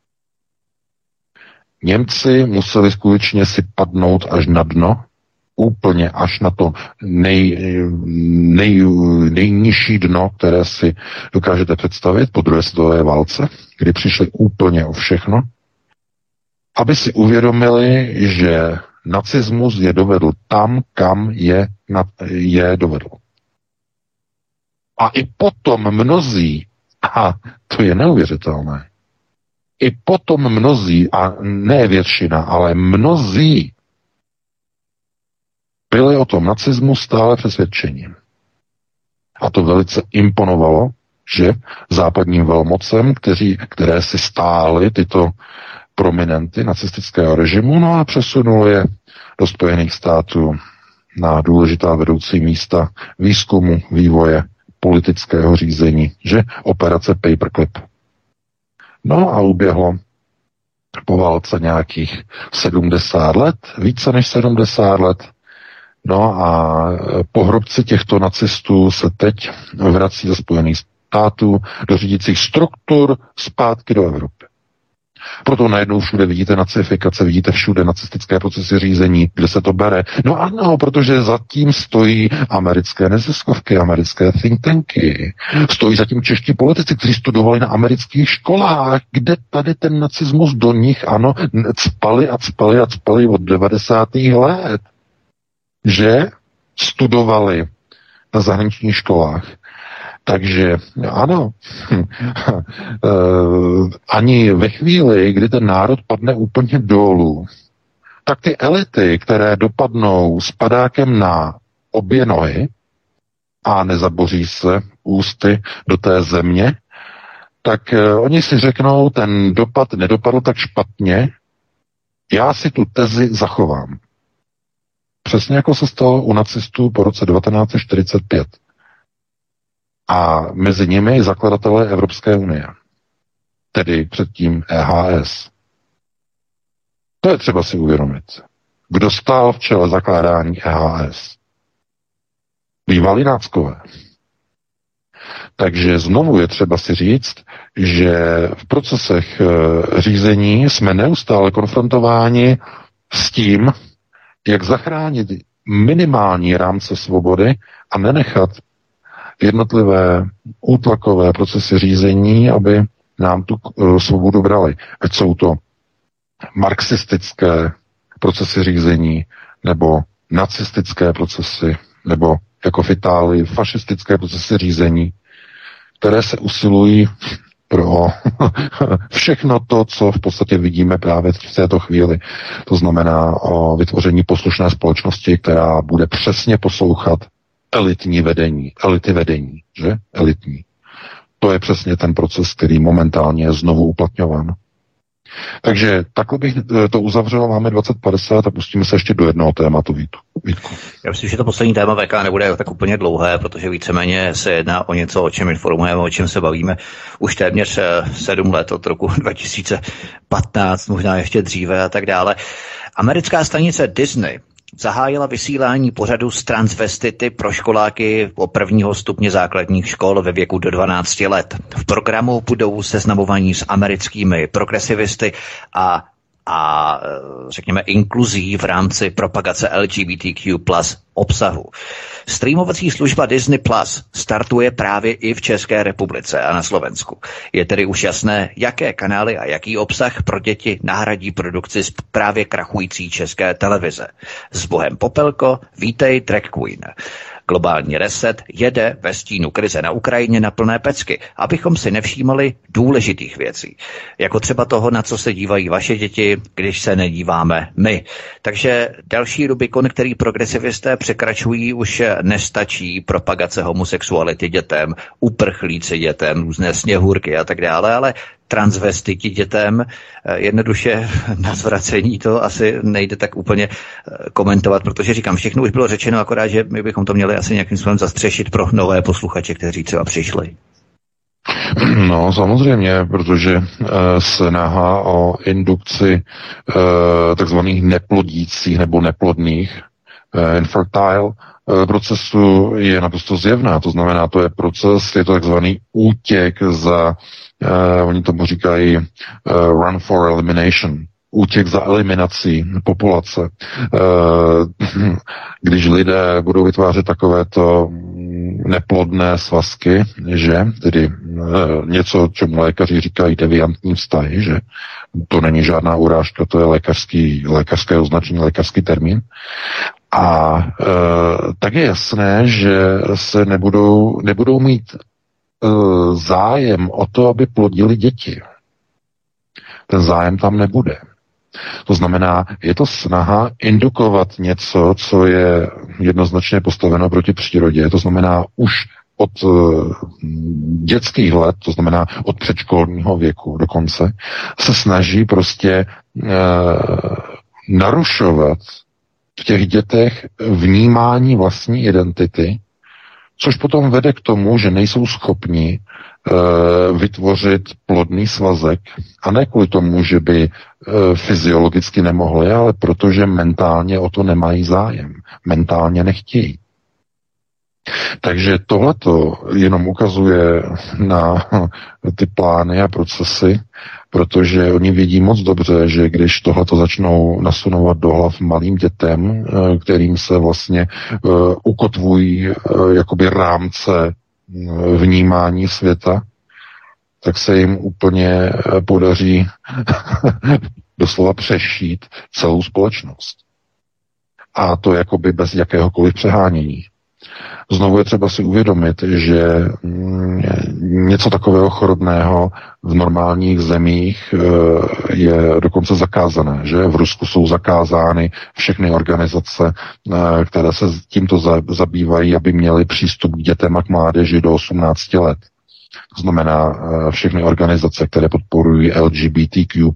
Němci museli skutečně si padnout až na dno, úplně až na to nejnižší dno, které si dokážete představit po druhé světové válce, kdy přišli úplně o všechno, aby si uvědomili, že nacismus je dovedl tam, kam je dovedl. A i potom mnozí, a to je neuvěřitelné, i potom mnozí, a ne většina, ale mnozí byli o tom nacismu stále přesvědčení. A to velice imponovalo, že západním velmocem, které si stály tyto prominenty nacistického režimu, no a přesunul je do Spojených států na důležitá vedoucí místa výzkumu, vývoje, politického řízení, že operace Paperclip. No a uběhlo po válce nějakých 70 let, více než 70 let. No a pohrobci těchto nacistů se teď vrací ze Spojených států do řídících struktur zpátky do Evropy. Proto najednou všude vidíte nacifikace, vidíte všude nacistické procesy řízení, kde se to bere. No ano, protože zatím stojí americké neziskovky, americké think tanky, stojí zatím čeští politici, kteří studovali na amerických školách, kde tady ten nacismus do nich, ano, cpali od 90. let. Že studovali na zahraničních školách. Takže ano, ani ve chvíli, kdy ten národ padne úplně dolů, tak ty elity, které dopadnou s padákem na obě nohy a nezaboří se ústy do té země, tak oni si řeknou, ten dopad nedopadl tak špatně, já si tu tezi zachovám. Přesně jako se stalo u nacistů po roce 1945. A mezi nimi zakladatelé Evropské unie. Tedy předtím EHS. To je třeba si uvědomit. Kdo stál v čele zakládání EHS? Bývalí náckové. Takže znovu je třeba si říct, že v procesech řízení jsme neustále konfrontováni s tím, jak zachránit minimální rámce svobody a nenechat jednotlivé útlakové procesy řízení, aby nám tu svobodu brali. Ať jsou to marxistické procesy řízení, nebo nacistické procesy, nebo jako v Itálii fašistické procesy řízení, které se usilují pro všechno to, co v podstatě vidíme právě v této chvíli. To znamená o vytvoření poslušné společnosti, která bude přesně poslouchat elitní vedení, elity vedení, že? Elitní. To je přesně ten proces, který momentálně je znovu uplatňován. Takže takhle bych to uzavřel, máme 20:50 a pustíme se ještě do jednoho tématu, Vítku. Já myslím, že to poslední téma VK nebude tak úplně dlouhé, protože víceméně se jedná o něco, o čem informujeme, o čem se bavíme už téměř 7 let od roku 2015, možná ještě dříve a tak dále. Americká stanice Disney zahájila vysílání pořadu s transvestity pro školáky o 1. stupně základních škol ve věku do 12 let. V programu budou seznamovaní s americkými progresivisty a a řekněme inkluzí v rámci propagace LGBTQ+ obsahu. Streamovací služba Disney Plus startuje právě i v České republice a na Slovensku. Je tedy už jasné, jaké kanály a jaký obsah pro děti nahradí produkci z právě krachující České televize. S Bohem Popelko, vítej Drag Queen. Globální reset jede ve stínu krize na Ukrajině na plné pecky, abychom si nevšímali důležitých věcí. Jako třeba toho, na co se dívají vaše děti, když se nedíváme my. Takže další Rubikon, který progresivisté překračují, už nestačí propagace homosexuality dětem, uprchlíci dětem, různé sněhurky a tak dále, ale transvestiti dětem, jednoduše na zvracení to asi nejde tak úplně komentovat, protože říkám, všechno už bylo řečeno, akorát, že my bychom to měli asi nějakým způsobem zastřešit pro nové posluchače, kteří třeba přišli. No samozřejmě, protože snaha o indukci takzvaných neplodících nebo neplodných infertile procesu je naprosto zjevná. To znamená, to je proces, je to takzvaný útěk za oni tomu říkají run for elimination, útěk za eliminací populace. Když lidé budou vytvářet takovéto neplodné svazky, že tedy něco, čemu lékaři říkají deviantní vztahy, že to není žádná urážka, to je lékařské označení, lékařský termín. A tak je jasné, že se nebudou mít zájem o to, aby plodili děti. Ten zájem tam nebude. To znamená, je to snaha indukovat něco, co je jednoznačně postaveno proti přírodě. To znamená už od dětských let, to znamená od předškolního věku dokonce, se snaží prostě narušovat v těch dětech vnímání vlastní identity, což potom vede k tomu, že nejsou schopni vytvořit plodný svazek, a ne kvůli tomu, že by fyziologicky nemohli, ale protože mentálně o to nemají zájem. Mentálně nechtějí. Takže tohleto jenom ukazuje na ty plány a procesy, protože oni vědí moc dobře, že když tohleto začnou nasunovat do hlav malým dětem, kterým se vlastně ukotvují jakoby rámce vnímání světa, tak se jim úplně podaří doslova přešít celou společnost. A to jakoby bez jakéhokoliv přehánění. Znovu je třeba si uvědomit, že něco takového chorobného v normálních zemích je dokonce zakázané, že v Rusku jsou zakázány všechny organizace, které se tímto zabývají, aby měly přístup k dětem a k mládeži do 18 let. To znamená všechny organizace, které podporují LGBTQ+,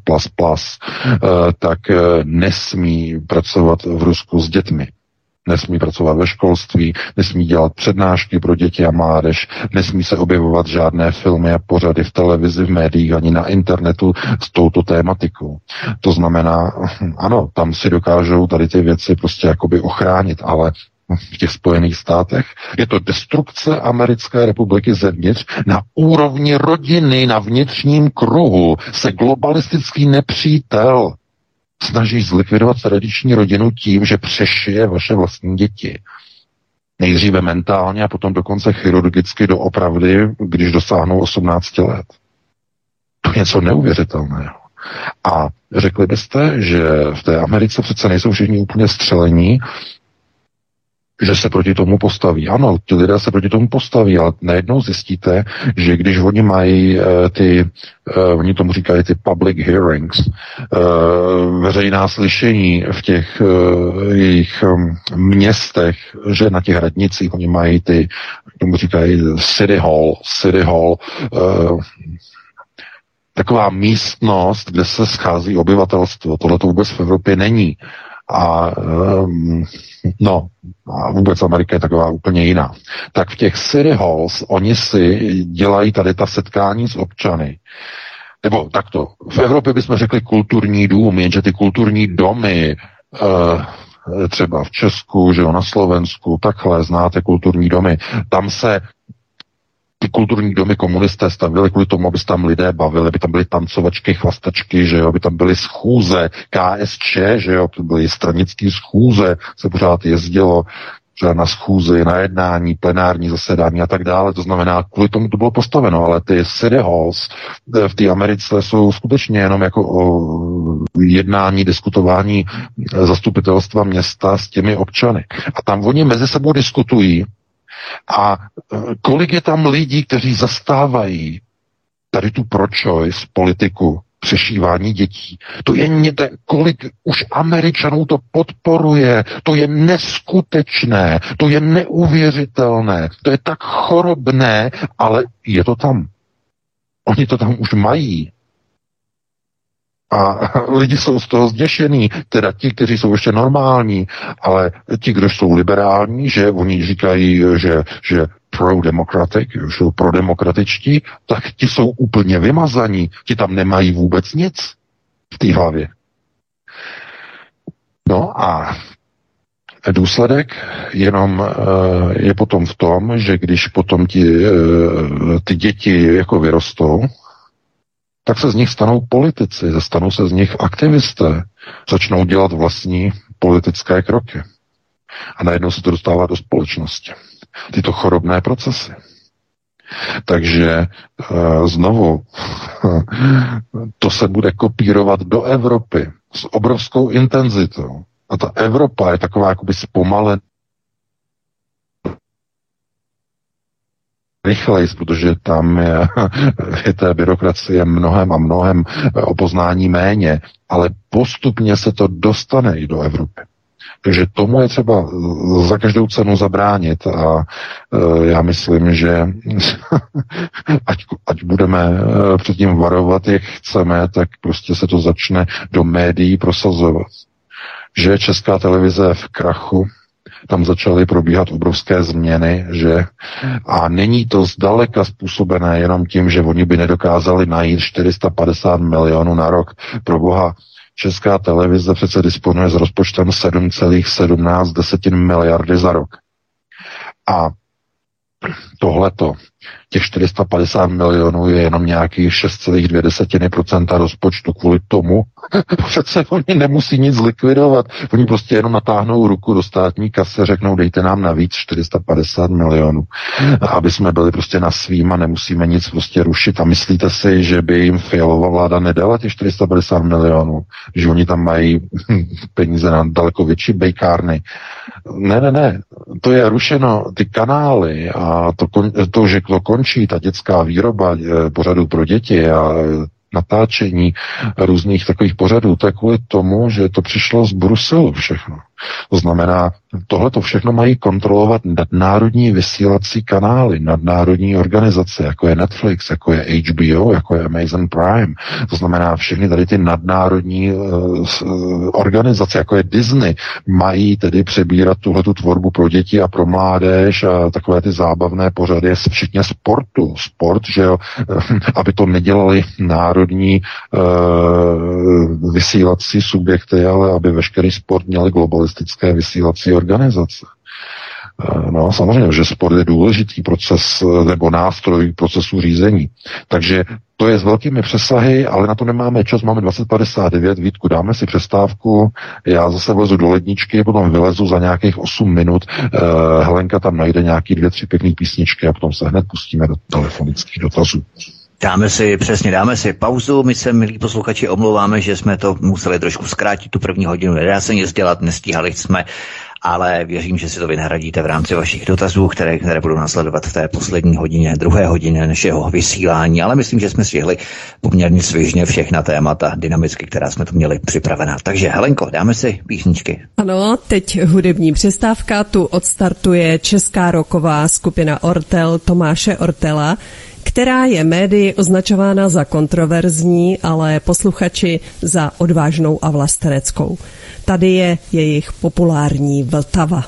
tak nesmí pracovat v Rusku s dětmi. Nesmí pracovat ve školství, nesmí dělat přednášky pro děti a mládež, nesmí se objevovat žádné filmy a pořady v televizi, v médiích ani na internetu s touto tématikou. To znamená, ano, tam si dokážou tady ty věci prostě jakoby ochránit, ale v těch Spojených státech je to destrukce Americké republiky zevnitř na úrovni rodiny, na vnitřním kruhu se globalistický nepřítel snaží zlikvidovat tradiční rodinu tím, že přešije vaše vlastní děti. Nejdříve mentálně a potom dokonce chirurgicky doopravdy, když dosáhnou 18 let. To je něco neuvěřitelného. A řekli byste, že v té Americe přece nejsou všichni úplně střelení, že se proti tomu postaví. Ano, ti lidé se proti tomu postaví, ale najednou zjistíte, že když oni mají oni tomu říkají ty public hearings, veřejná slyšení v těch jejich městech, že na těch radnicích oni mají tomu říkají city hall, taková místnost, kde se schází obyvatelstvo. Tohle to vůbec v Evropě není. A vůbec Amerika je taková úplně jiná. Tak v těch city halls oni si dělají tady ta setkání s občany. Nebo takto, v Evropě bychom řekli kulturní dům, jenže ty kulturní domy, třeba v Česku, že jo, na Slovensku, takhle znáte kulturní domy, tam se kulturní domy komunisté stavili kvůli tomu, aby se tam lidé bavili, aby tam byly tancovačky, chlastačky, že jo, aby tam byly schůze, KSČ, že jo, to byly stranické schůze, se pořád jezdilo na schůzi, na jednání, plenární zasedání a tak dále. To znamená, kvůli tomu to bylo postaveno, ale ty city halls v té Americe jsou skutečně jenom jako o jednání, diskutování zastupitelstva města s těmi občany. A tam oni mezi sebou diskutují a kolik je tam lidí, kteří zastávají tady tu pro-choice politiku, přešívání dětí. To je kolik už Američanů to podporuje. To je neskutečné, to je neuvěřitelné, to je tak chorobné, ale je to tam. Oni to tam už mají. A lidi jsou z toho zděšení, teda ti, kteří jsou ještě normální, ale ti, kdo jsou liberální, že oni říkají, že pro-democratic, jsou prodemokratičtí, tak ti jsou úplně vymazaní, ti tam nemají vůbec nic v té hlavě. No a důsledek jenom je potom v tom, že když potom ty děti jako vyrostou, tak se z nich stanou politici, stanou se z nich aktivisté, začnou dělat vlastní politické kroky. A najednou se to dostává do společnosti. Tyto chorobné procesy. Takže znovu, to se bude kopírovat do Evropy s obrovskou intenzitou. A ta Evropa je taková jakoby zpomalená rychleji, protože tam je té byrokracie mnohem a mnohem o poznání méně, ale postupně se to dostane i do Evropy. Takže tomu je třeba za každou cenu zabránit a já myslím, že ať budeme před tím varovat, jak chceme, tak prostě se to začne do médií prosazovat. Že Česká televize je v krachu, tam začaly probíhat obrovské změny, že a není to zdaleka způsobené jenom tím, že oni by nedokázali najít 450 milionů na rok. Pro boha, Česká televize přece disponuje s rozpočtem 7,17 miliardy za rok. A tohleto, těch 450 milionů je jenom nějakých 6,2% rozpočtu. Kvůli tomu přece oni nemusí nic likvidovat. Oni prostě jenom natáhnou ruku do státní kasy, řeknou dejte nám navíc 450 milionů, aby jsme byli prostě na svým a nemusíme nic prostě rušit. A myslíte si, že by jim Fialová vláda nedala těch 450 milionů? Že oni tam mají peníze na daleko větší bejkárny? Ne. To je rušeno, ty kanály a to, že to končí, ta dětská výroba pořadů pro děti a natáčení různých takových pořadů, to je kvůli tomu, že to přišlo z Bruselu všechno. To znamená, tohle to všechno mají kontrolovat nadnárodní vysílací kanály, nadnárodní organizace, jako je Netflix, jako je HBO, jako je Amazon Prime. To znamená, všechny tady ty nadnárodní organizace, jako je Disney, mají tedy přebírat tuhletu tvorbu pro děti a pro mládež a takové ty zábavné pořady, včetně sportu. Sport, že jo, aby to nedělali národní vysílací subjekty, ale aby veškerý sport měli globalistické vysílací organizace. No, samozřejmě, že sport je důležitý proces nebo nástroj procesu řízení. Takže to je s velkými přesahy, ale na to nemáme čas, máme 20:59, Vítku, dáme si přestávku, já zase vlezu do ledničky, potom vylezu za nějakých 8 minut, Helenka tam najde nějaký 2-3 pěkný písničky a potom se hned pustíme do telefonických dotazů. Dáme si pauzu, my se, milí posluchači, omlouváme, že jsme to museli trošku zkrátit, tu první hodinu, nedá se nic dělat, nestíhali jsme, ale věřím, že si to vynahradíte v rámci vašich dotazů, které budou následovat v té poslední hodině, druhé hodině našeho vysílání, ale myslím, že jsme stihli poměrně svižně všechna témata dynamicky, která jsme tu měli připravená. Takže Helenko, dáme si písničky. Ano, teď hudební přestávka, tu odstartuje česká rocková skupina Ortel Tomáše Ortela, která je médii označována za kontroverzní, ale posluchači za odvážnou a vlasteneckou. Tady je jejich populární Vltava.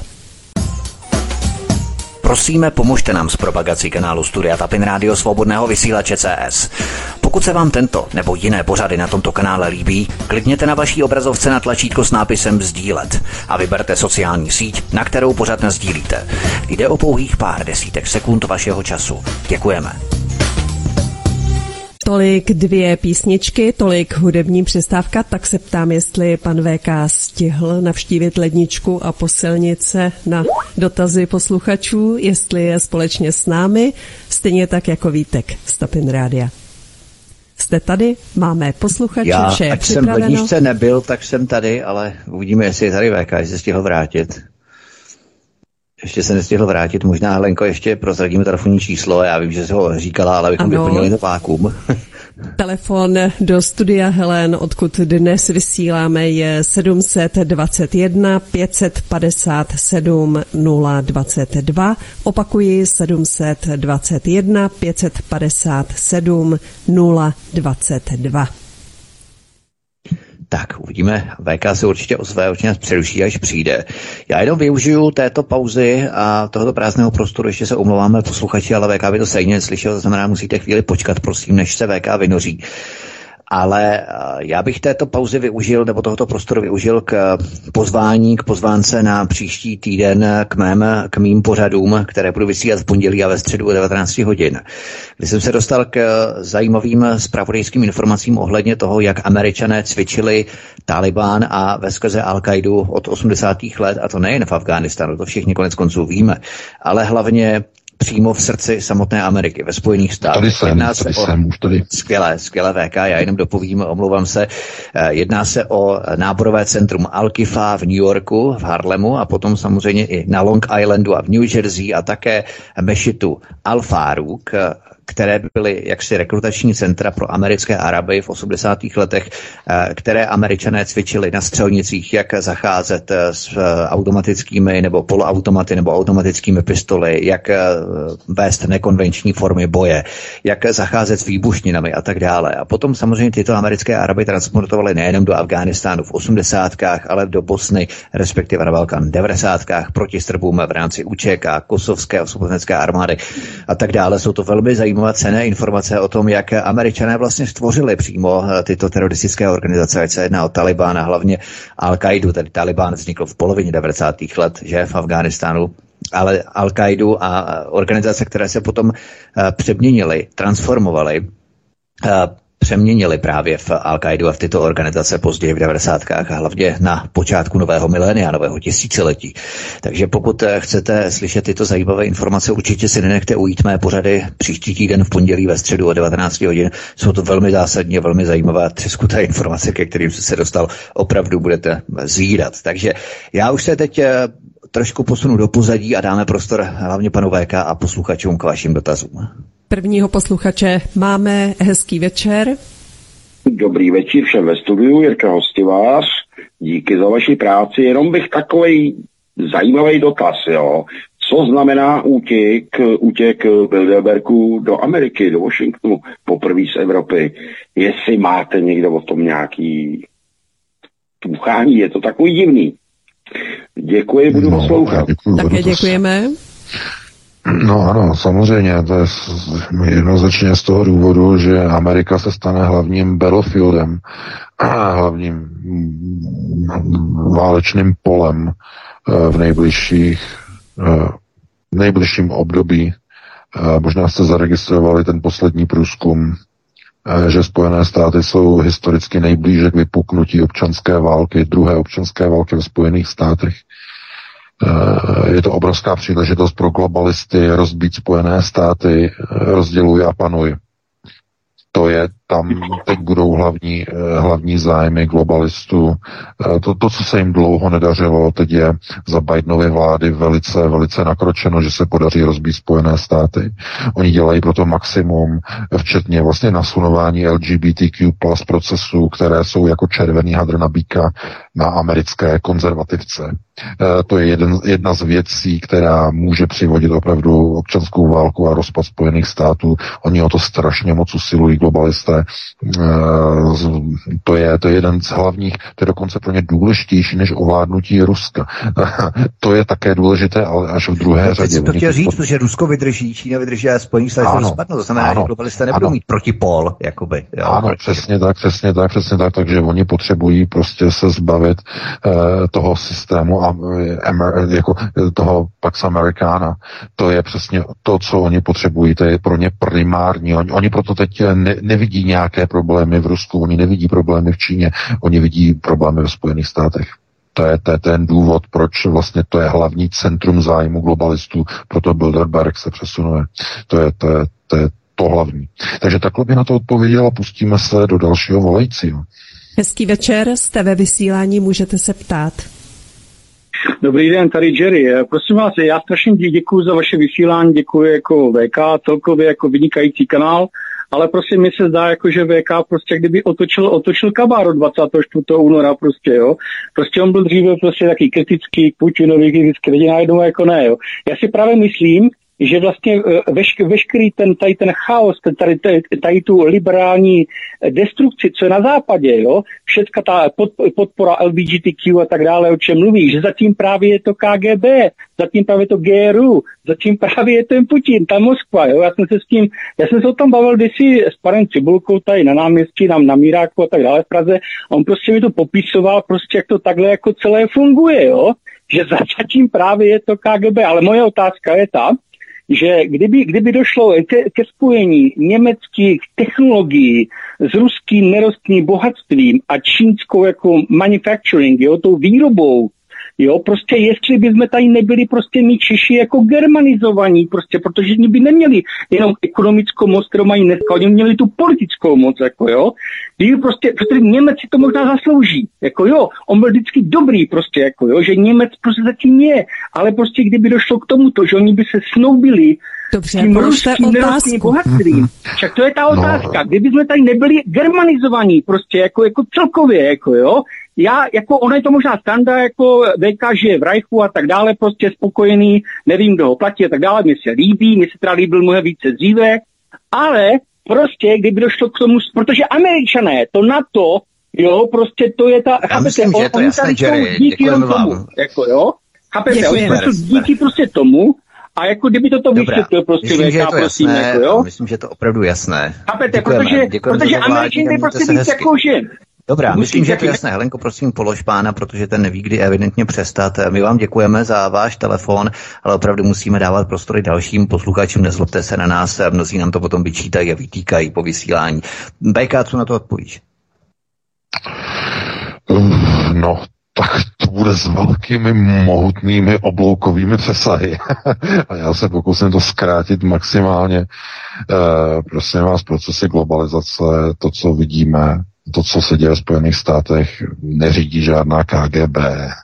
Prosíme, pomožte nám s propagací kanálu Studia Tapin Rádio Svobodného vysílače CS. Pokud se vám tento nebo jiné pořady na tomto kanále líbí, klikněte na vaší obrazovce na tlačítko s nápisem sdílet a vyberte sociální síť, na kterou pořad nasdílíte. Jde o pouhých pár desítek sekund vašeho času. Děkujeme. Tolik 2 písničky, tolik hudební přestávka, tak se ptám, jestli pan VK stihl navštívit ledničku a posilnice na dotazy posluchačů, jestli je společně s námi, stejně tak jako Vítek z Top In Rádia. Jste tady, máme posluchače, vše je připraveno. Já, ať jsem v ledničce nebyl, tak jsem tady, ale uvidíme, jestli je tady VK, jestli se stihl vrátit. Ještě se nestihl vrátit, možná Helenko ještě prozradíme telefonní číslo, já vím, že jsi ho říkala, ale abychom vyplnili to vákuum. Telefon do studia Helen, odkud dnes vysíláme, je 721 557 022. Opakuji 721 557 022. Tak, uvidíme. VK se určitě ozve, určitě nás přeruší, až přijde. Já jenom využiju této pauzy a tohoto prázdného prostoru, ještě se omlouváme posluchači, ale VK by to stejně slyšel, to znamená, musíte chvíli počkat, prosím, než se VK vynoří. Ale já bych této pauzy využil, nebo tohoto prostoru využil k pozvánce na příští týden k mým pořadům, které budu vysílat v pondělí a ve středu o 19 hodin. Kdy jsem se dostal k zajímavým zpravodajským informacím ohledně toho, jak Američané cvičili Taliban a veskrze Al-Kaidu od 80. let, a to nejen v Afghánistánu, to všichni konec konců víme, ale hlavně přímo v srdci samotné Ameriky, ve Spojených státech. Skvělé VK, já jenom dopovím, omlouvám se. Jedná se o náborové centrum Al-Kifa v New Yorku, v Harlemu a potom samozřejmě i na Long Islandu a v New Jersey a také mešitu Al-Faruq, které byly jaksi rekrutační centra pro americké Araby v 80. letech, které Američané cvičili na střelnicích, jak zacházet s automatickými nebo poloautomaty nebo automatickými pistoly, jak vést nekonvenční formy boje, jak zacházet s výbušninami a tak dále. A potom samozřejmě tyto americké Araby transportovali nejenom do Afghánistánu v 80. ale do Bosny, respektive na Balkán v 90. proti Srbům v rámci UČK, kosovské osvobozenecké armády a tak dále. Jsou to velmi zajímavé cenné informace o tom, jak Američané vlastně stvořili přímo tyto teroristické organizace, ať se jedná o Taliban a hlavně Al-Kaidu. Tedy Taliban vznikl v polovině 90. let, že v Afghánistánu, ale Al-Kaidu a organizace, které se potom přeměnily, transformovaly, přeměnili právě v Al-Kaidu a v tyto organizace později v 90. a hlavně na počátku nového milénia, nového tisíciletí. Takže pokud chcete slyšet tyto zajímavé informace, určitě si nenechte ujít mé pořady příští týden v pondělí ve středu o 19 hodin. Jsou to velmi zásadně, velmi zajímavé třeskuté informace, ke kterým se dostal, opravdu budete zvídat. Takže já už se teď trošku posunu do pozadí a dáme prostor hlavně panu VK a posluchačům k vašim dotazům. Prvního posluchače máme, hezký večer. Dobrý večer všem ve studiu, Jirka Hostivář, díky za vaši práci, jenom bych takovej zajímavý dotaz, jo. Co znamená útěk Bilderbergu do Ameriky, do Washingtonu, poprvé z Evropy? Jestli máte někdo o tom nějaký tuchání, je to takový divný. Děkuji, budu poslouchat. Také děkujeme. No ano, samozřejmě, to je jednoznačně z toho důvodu, že Amerika se stane hlavním battlefieldem, hlavním válečným polem v nejbližším období. Možná jste zaregistrovali ten poslední průzkum, že Spojené státy jsou historicky nejblíže k vypuknutí občanské války, druhé občanské války ve Spojených státech. Je to obrovská příležitost pro globalisty rozbít Spojené státy, rozděluj a panuj. To je, tam teď budou hlavní zájmy globalistů. To, co se jim dlouho nedařilo, teď je za Bidenovy vlády velice nakročeno, že se podaří rozbít Spojené státy. Oni dělají proto maximum, včetně vlastně nasunování LGBTQ plus procesů, které jsou jako červený hadr na býka na americké konzervativce. To je jedna z věcí, která může přivodit opravdu občanskou válku a rozpad Spojených států. Oni o to strašně moc usilují globalisté. To je jeden z hlavních, to je dokonce pro ně důležitější než ovládnutí Ruska. To je také důležité, ale až v druhé řadě. To chtěl říct, protože Rusko vydrží, Čína vydrží a Spojený států spadnou. To znamená, že globalisté nebudou mít protipol, jakoby. Jo, ano, přesně tak, takže oni potřebují prostě se zbavit toho systému a jako toho Pax Americana. To je přesně to, co oni potřebují, to je pro ně primární. Oni proto teď nevidí nějaké problémy v Rusku, oni nevidí problémy v Číně, oni vidí problémy ve Spojených státech. To je ten důvod, proč vlastně to je hlavní centrum zájmu globalistů, proto Bilderberg se přesunuje. To je to hlavní. Takže takhle by na to odpověděl a pustíme se do dalšího volajícího. Hezký večer, jste ve vysílání, můžete se ptát. Dobrý den, tady Jerry. Prosím vás, já strašně děkuji za vaše vysílání, děkuji jako VK, celkově jako vynikající kanál, ale prostě mi se zdá, jako, že VK prostě kdyby otočil kabáru 24. února prostě, jo. Prostě on byl dříve prostě taky kritický k Putinovi, kritický, teď najednou jako ne, jo. Já si právě myslím, že vlastně veškerý ten chaos, tady tu liberální destrukci, co je na západě, jo, všecka ta podpora LGBTQ a tak dále, o čem mluví, že zatím právě je to KGB, zatím právě je to GRU, zatím právě je ten Putin, ta Moskva, jo, já jsem se o tom bavil kdysi s panem Cibulkou tady na náměstí, na Míráku a tak dále v Praze, a on prostě mi to popisoval prostě, jak to takhle jako celé funguje, jo, že zatím právě je to KGB, ale moje otázka je ta, že kdyby došlo ke spojení německých technologií s ruským nerostným bohatstvím a čínskou jako manufacturing, jo, tou výrobou, jo, prostě jestli bychom tady nebyli prostě my Češi jako germanizovaní, prostě, protože by neměli jenom ekonomickou moc, kterou mají dneska, oni měli tu politickou moc, jako jo. Protože Němec si to možná zaslouží, jako jo, on byl vždycky dobrý prostě, jako jo, že Němec prostě zatím je, ale prostě kdyby došlo k tomuto, že oni by se snoubili s tím ruským nerostným bohatstvím. Však to je ta otázka, kdyby jsme tady nebyli germanizovaní prostě, jako celkově, jako jo. Ono je to možná standa, jako VK žije v Reichu a tak dále, prostě spokojený, nevím, kdo ho platí a tak dále, mně se teda líbil mnohem více dříve, ale prostě, kdyby došlo k tomu, protože Američané, to NATO, jo, prostě to je ta, chápete, oni tady jsou díky jenom tomu, jako jo, chápete, oni jsou díky prostě tomu, a jako kdyby toto vysvětlil prostě VK, prosím, jako jo. Myslím, že je to opravdu jasné. Chápete, protože Američané prostě víc jako že... Dobrá, myslím, že je to jasné. Helenko, prosím, polož pána, protože ten neví, kdy evidentně přestat. My vám děkujeme za váš telefon, ale opravdu musíme dávat prostory dalším posluchačům. Nezlobte se na nás, mnozí nám to potom vyčítají a vytýkají po vysílání. BK, co na to odpovíš? No, tak to bude s velkými mohutnými obloukovými přesahy. A já se pokusím to zkrátit maximálně. Prosím vás, procesy globalizace, to, co vidíme, to, co se děje v Spojených státech, neřídí žádná KGB.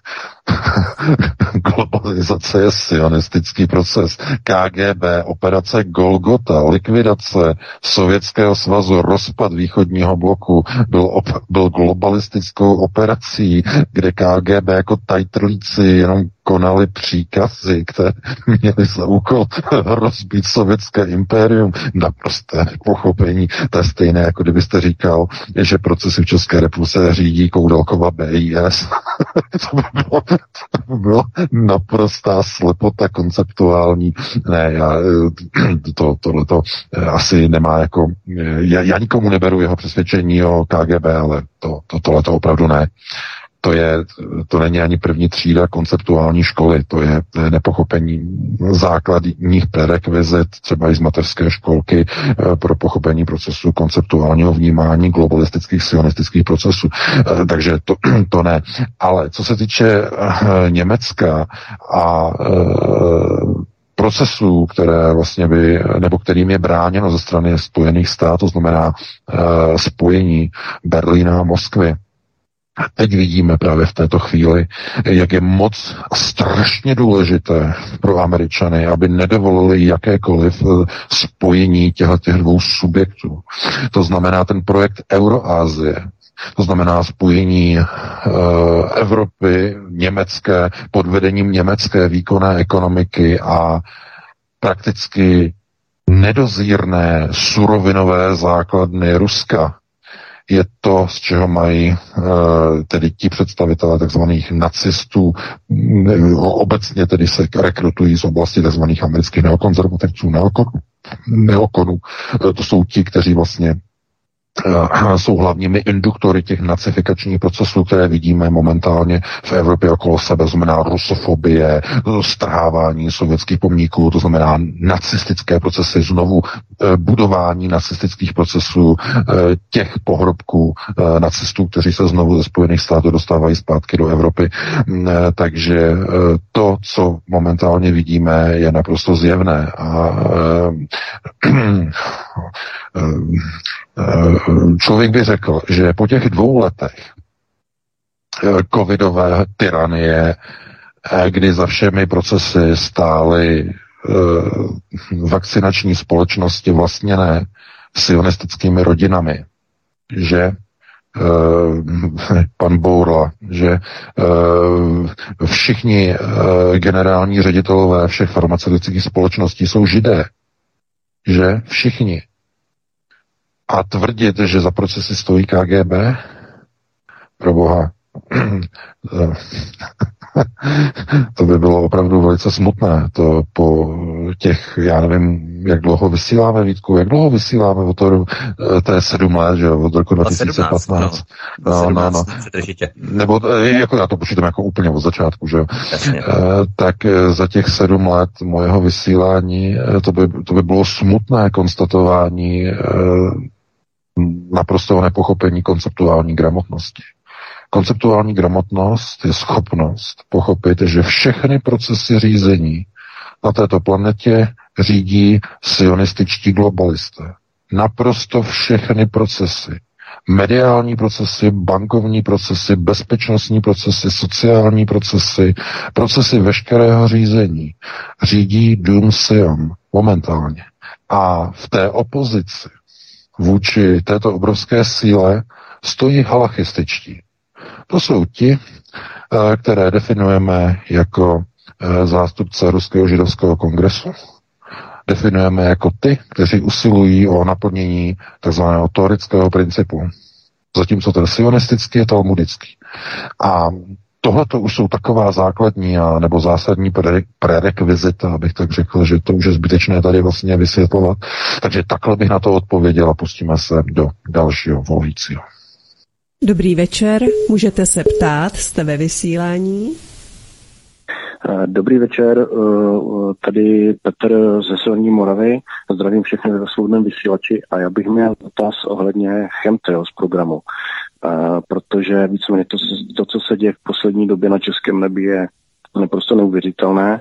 Globalizace je sionistický proces. KGB, operace Golgota, likvidace Sovětského svazu, rozpad východního bloku byl globalistickou operací, kde KGB jako tajtrlíci jenom konali příkazy, které měly za úkol rozbít sovětské impérium. Naprosté pochopení. To je stejné, jako kdybyste říkal, že procesy v České republice řídí Koudelkova BIS. To by bylo naprostá slepota konceptuální. Ne, tohleto asi nemá jako... Já nikomu neberu jeho přesvědčení o KGB, ale tohleto opravdu ne. To není ani první třída konceptuální školy, to je nepochopení základních prerekvizit, třeba i z mateřské školky, pro pochopení procesu konceptuálního vnímání globalistických sionistických procesů. Takže to ne. Ale co se týče Německa a procesů, které vlastně kterým je bráněno ze strany Spojených států, to znamená spojení Berlína a Moskvy. Teď vidíme právě v této chvíli, jak je moc strašně důležité pro Američany, aby nedovolili jakékoliv spojení těchto dvou subjektů. To znamená ten projekt Euroasie, to znamená spojení Evropy, německé, pod vedením německé výkonné ekonomiky a prakticky nedozírné surovinové základny Ruska je to, z čeho mají tedy ti představitelé takzvaných nacistů, obecně tedy se rekrutují z oblasti takzvaných amerických neokonzervativců, neokonů. To jsou ti, kteří vlastně jsou hlavními induktory těch nacifikačních procesů, které vidíme momentálně v Evropě okolo sebe, to znamená rusofobie, strhávání sovětských pomníků, to znamená nacistické procesy, znovu budování nacistických procesů, těch pohrobků nacistů, kteří se znovu ze Spojených států dostávají zpátky do Evropy. Takže to, co momentálně vidíme, je naprosto zjevné. A člověk by řekl, že po těch 2 letech covidové tyranie, kdy za všemi procesy stály vakcinační společnosti vlastněné sionistickými rodinami, že pan Bourla, že všichni generální ředitelové všech farmaceutických společností jsou Židé, že všichni. A tvrdit, že za procesy stojí KGB? Pro boha. To by bylo opravdu velice smutné. To po těch, já nevím, jak dlouho vysíláme, Vítku, jak dlouho vysíláme od toho, to je 7 let, že od roku 2015. No. Nebo jako já to počítám jako úplně od začátku, že jo. Tak za těch 7 let mojeho vysílání to by bylo smutné konstatování naprostého nepochopení konceptuální gramotnosti. Konceptuální gramotnost je schopnost pochopit, že všechny procesy řízení na této planetě řídí sionističtí globalisté. Naprosto všechny procesy. Mediální procesy, bankovní procesy, bezpečnostní procesy, sociální procesy, procesy veškerého řízení řídí Dům Sion momentálně. A v té opozici vůči této obrovské síle stojí halachističtí. To jsou ti, které definujeme jako zástupce Ruského židovského kongresu. Definujeme jako ty, kteří usilují o naplnění tzv. Tórického principu. Zatímco ten sionistický je talmudický. A tohle to už jsou taková základní nebo zásadní prerekvizita, abych tak řekl, že to už je zbytečné tady vlastně vysvětlovat. Takže takhle bych na to odpověděl a pustíme se do dalšího volajícího. Dobrý večer, můžete se ptát, jste ve vysílání. Dobrý večer, tady Petr ze Severní Moravy. Zdravím všechny ve svobodném vysílači a já bych měl dotaz ohledně chemtrails programu, protože víceméně to, co se děje v poslední době na českém nebi, je naprosto neuvěřitelné.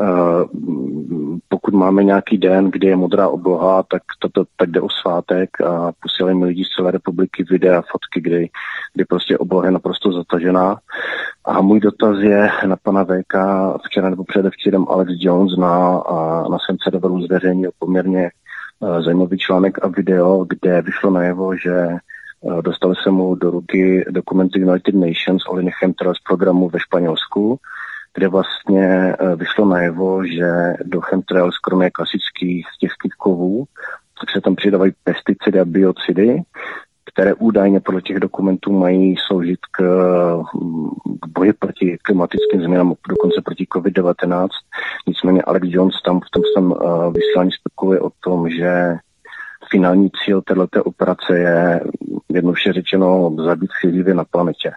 Pokud máme nějaký den, kdy je modrá obloha, tak jde o svátek a posílají mi lidi z celé republiky videa, fotky, kdy prostě obloha je naprosto zatažená. A můj dotaz je na pana VK. Včera nebo předevčírem Alex Jones na Sense zveřejnil poměrně zajímavý článek a video, kde vyšlo najevo, že dostali se mu do ruky dokumenty United Nations ohledně chemtrails programu ve Španělsku, kde vlastně vyšlo najevo, že do chemtrails kromě klasických těch kovů, tak se tam přidávají pesticidy a biocidy, které údajně podle těch dokumentů mají sloužit k boji proti klimatickým změnám, dokonce proti COVID-19. Nicméně Alex Jones tam v tom vysílání spekuluje o tom, že finální cíl této operace je jednoduše řečeno zabít vše živě na planetě.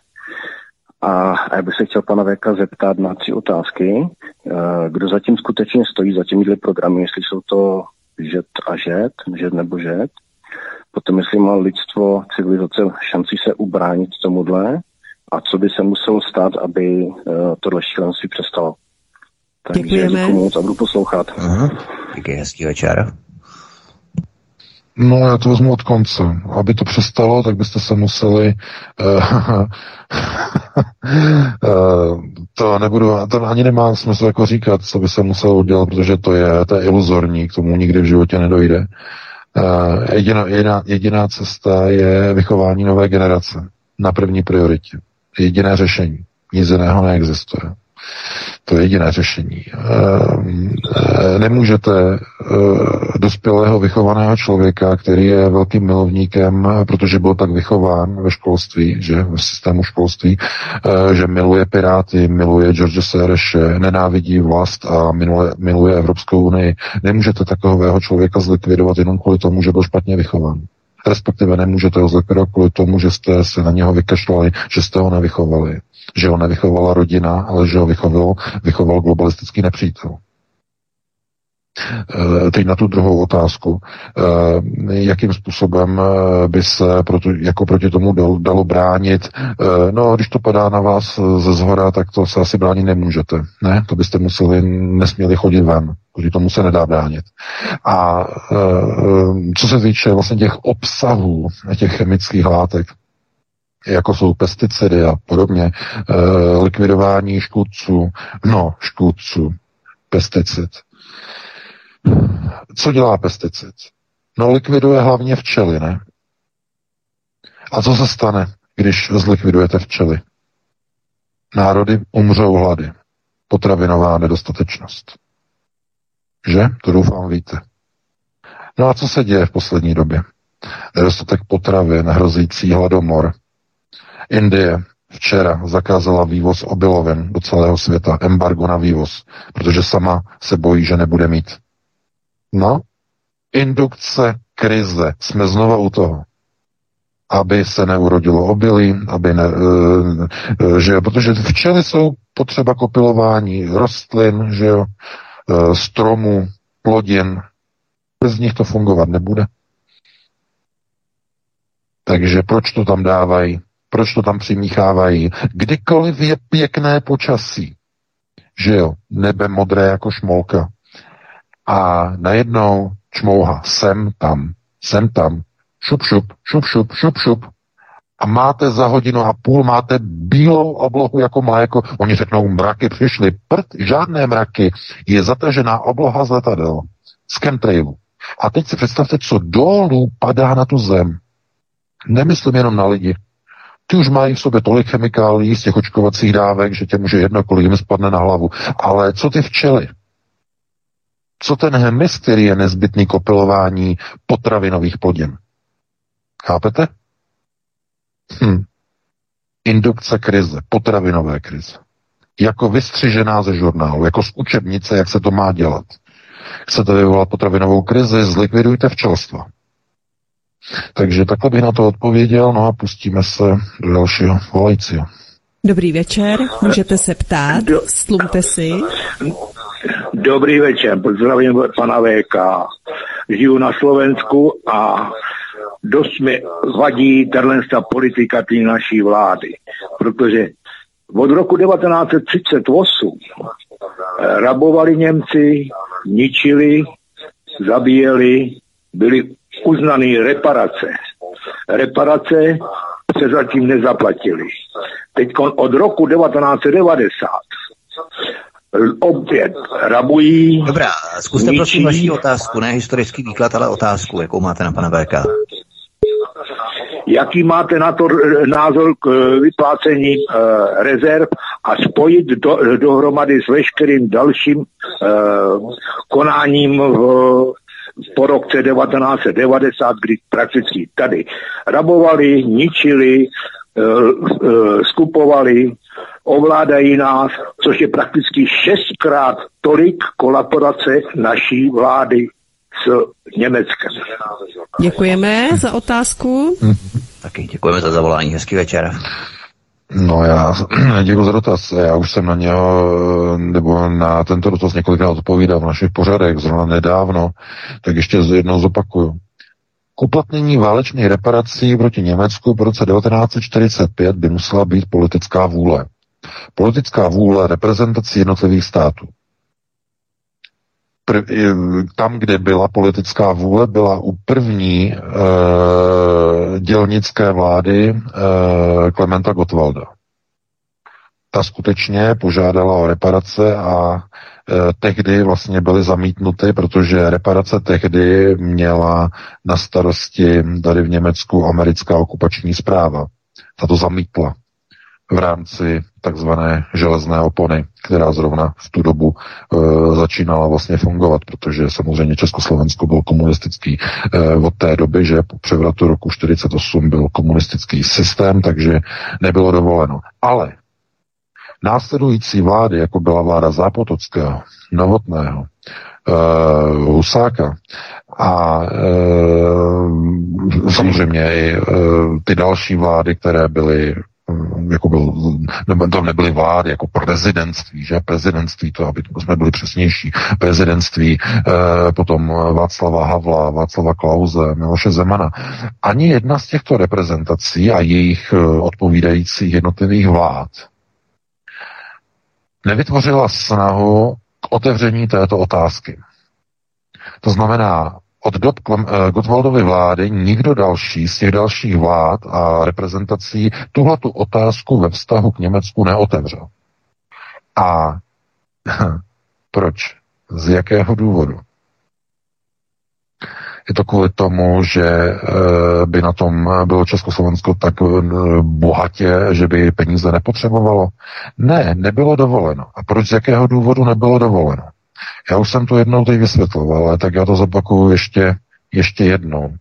A já bych se chtěl pana VK zeptat na 3 otázky. Kdo zatím skutečně stojí za těmi programy, jestli jsou to žet nebo žet. Potom jestli má lidstvo, civilizace šanci se ubránit tomuhle a co by se muselo stát, aby tohle šílenství přestalo. Takže děkuji moc a budu poslouchat. Díky, hezký večer. No, já to vezmu od konce. Aby to přestalo, tak byste se museli to ani nemá smysl jako říkat, co by se muselo udělat, protože to je iluzorní, k tomu nikdy v životě nedojde. Jediná cesta je vychování nové generace na první prioritě. Jediné řešení. Nic jiného neexistuje. To je jediné řešení. Nemůžete dospělého vychovaného člověka, který je velkým milovníkem, protože byl tak vychován ve školství, že v systému školství, že miluje Piráty, miluje George Soreše, nenávidí vlast a miluje Evropskou unii. Nemůžete takového člověka zlikvidovat jenom kvůli tomu, že byl špatně vychován. Respektive nemůžete ho zlikvidovat kvůli tomu, že jste se na něho vykašlali, že jste ho nevychovali. Že ho nevychovala rodina, ale že ho vychoval globalistický nepřítel. Teď na tu druhou otázku. Jakým způsobem by se proti tomu dalo bránit? No, když to padá na vás ze zhora, tak to se asi bránit nemůžete. Ne? To byste nesměli chodit ven. Proti tomu se nedá bránit. A co se týče vlastně těch obsahů, těch chemických látek, jako jsou pesticidy a podobně, likvidování škůdců, pesticid. Co dělá pesticid? No, likviduje hlavně včely, ne? A co se stane, když zlikvidujete včely? Národy umřou hlady. Potravinová nedostatečnost. Že? To doufám víte. No a co se děje v poslední době? Nedostatek potravin, hrozící hladomor. Indie včera zakázala vývoz obilovin do celého světa, embargo na vývoz, protože sama se bojí, že nebude mít. No, indukce krize. Jsme znova u toho. Aby se neurodilo obilí, že jo, protože včely jsou potřeba kopilování rostlin, že jo, stromů, plodin. Bez nich to fungovat nebude. Takže proč to tam dávají? Proč to tam přimíchávají? Kdykoliv je pěkné počasí, že jo, nebe modré jako šmolka. A najednou čmouha sem tam, šup. A máte za 1,5 hodiny máte bílou oblohu jako mléko. Oni řeknou, mraky přišly. Žádné mraky. Je zatažená obloha z letadel, z chemtrailu. A teď si představte, co dolů padá na tu zem. Nemyslím jenom na lidi. Ty už mají v sobě tolik chemikálií z těch očkovacích dávek, že tě může jedno, kolik jim spadne na hlavu. Ale co ty včely? Co ten hmyz, který je nezbytný k opilování potravinových plodin? Chápete? Indukce krize, potravinové krize. Jako vystřižená ze žurnálu, jako z učebnice, jak se to má dělat. Chcete vyvolat potravinovou krizi, zlikvidujte včelstva. Takže takhle bych na to odpověděl, no a pustíme se do dalšího volajícího. Dobrý večer, můžete se ptát, slumte si. Dobrý večer, pozdravím pana VK. Žiju na Slovensku a dost mi vadí tato politika té naší vlády, protože od roku 1938 rabovali Němci, ničili, zabíjeli, byly uznaný reparace. Reparace se zatím nezaplatili. Teď od roku 1990 opět rabují. Dobrá, zkuste ničí. Prosím vaši otázku, ne historický výklad, ale otázku, jakou máte na pana VK. Jaký máte na to názor k vyplácení rezerv a spojit dohromady s veškerým dalším konáním po roce 1990, kdy prakticky tady rabovali, ničili, skupovali, ovládají nás, což je prakticky 6krát tolik kolaborace naší vlády s Německem. Děkujeme za otázku. Taky děkujeme za zavolání. Hezký večer. No já děkuji za dotaz. Já už jsem na něho, nebo na tento dotaz několikrát odpovídal v našich pořadech, zrovna nedávno, tak ještě jednou zopakuju. K uplatnění válečných reparací proti Německu po roce 1945 by musela být politická vůle. Politická vůle reprezentací jednotlivých států. Tam, kde byla politická vůle, byla u první dělnické vlády Klementa Gottwalda. Ta skutečně požádala o reparace a tehdy vlastně byly zamítnuty, protože reparace tehdy měla na starosti tady v Německu americká okupační správa. Ta to zamítla. v rámci takzvané železné opony, která zrovna v tu dobu začínala vlastně fungovat, protože samozřejmě Československo byl komunistický od té doby, že po převratu roku 1948 byl komunistický systém, takže nebylo dovoleno. Ale následující vlády, jako byla vláda Zápotockého, Novotného, Husáka a samozřejmě i ty další vlády, které byly to nebyly vlády, jako prezidentství, že? Prezidentství, to, aby jsme byli přesnější, prezidentství, potom Václava Havla, Václava Klause, Miloše Zemana. Ani jedna z těchto reprezentací a jejich odpovídajících jednotlivých vlád nevytvořila snahu k otevření této otázky. To znamená, od dob Gottwaldovy vlády nikdo další z těch dalších vlád a reprezentací tuhletu otázku ve vztahu k Německu neotevřel. A proč? Z jakého důvodu? Je to kvůli tomu, že by na tom bylo Československo tak bohatě, že by peníze nepotřebovalo? Ne, nebylo dovoleno. A proč z jakého důvodu nebylo dovoleno? Já už jsem to jednou teď vysvětloval, ale tak já to zopakuju ještě jednou.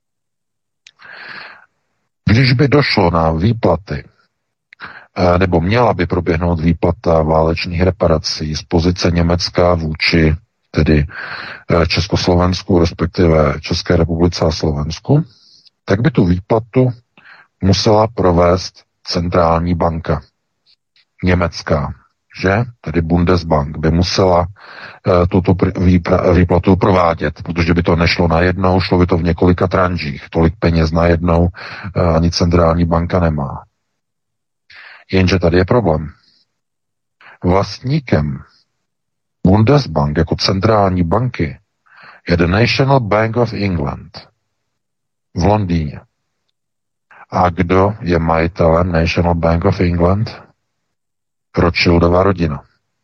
Když by došlo na výplaty, nebo měla by proběhnout výplata válečných reparací z pozice Německa vůči tedy Československu, respektive České republice a Slovensku, tak by tu výplatu musela provést centrální banka německá, že? Tedy Bundesbank by musela tuto výplatu provádět, protože by to nešlo najednou, šlo by to v několika tranžích. Tolik peněz najednou ani centrální banka nemá. Jenže tady je problém. Vlastníkem Bundesbank jako centrální banky je The National Bank of England v Londýně. A kdo je majitelem National Bank of England? Rothschildova rodina.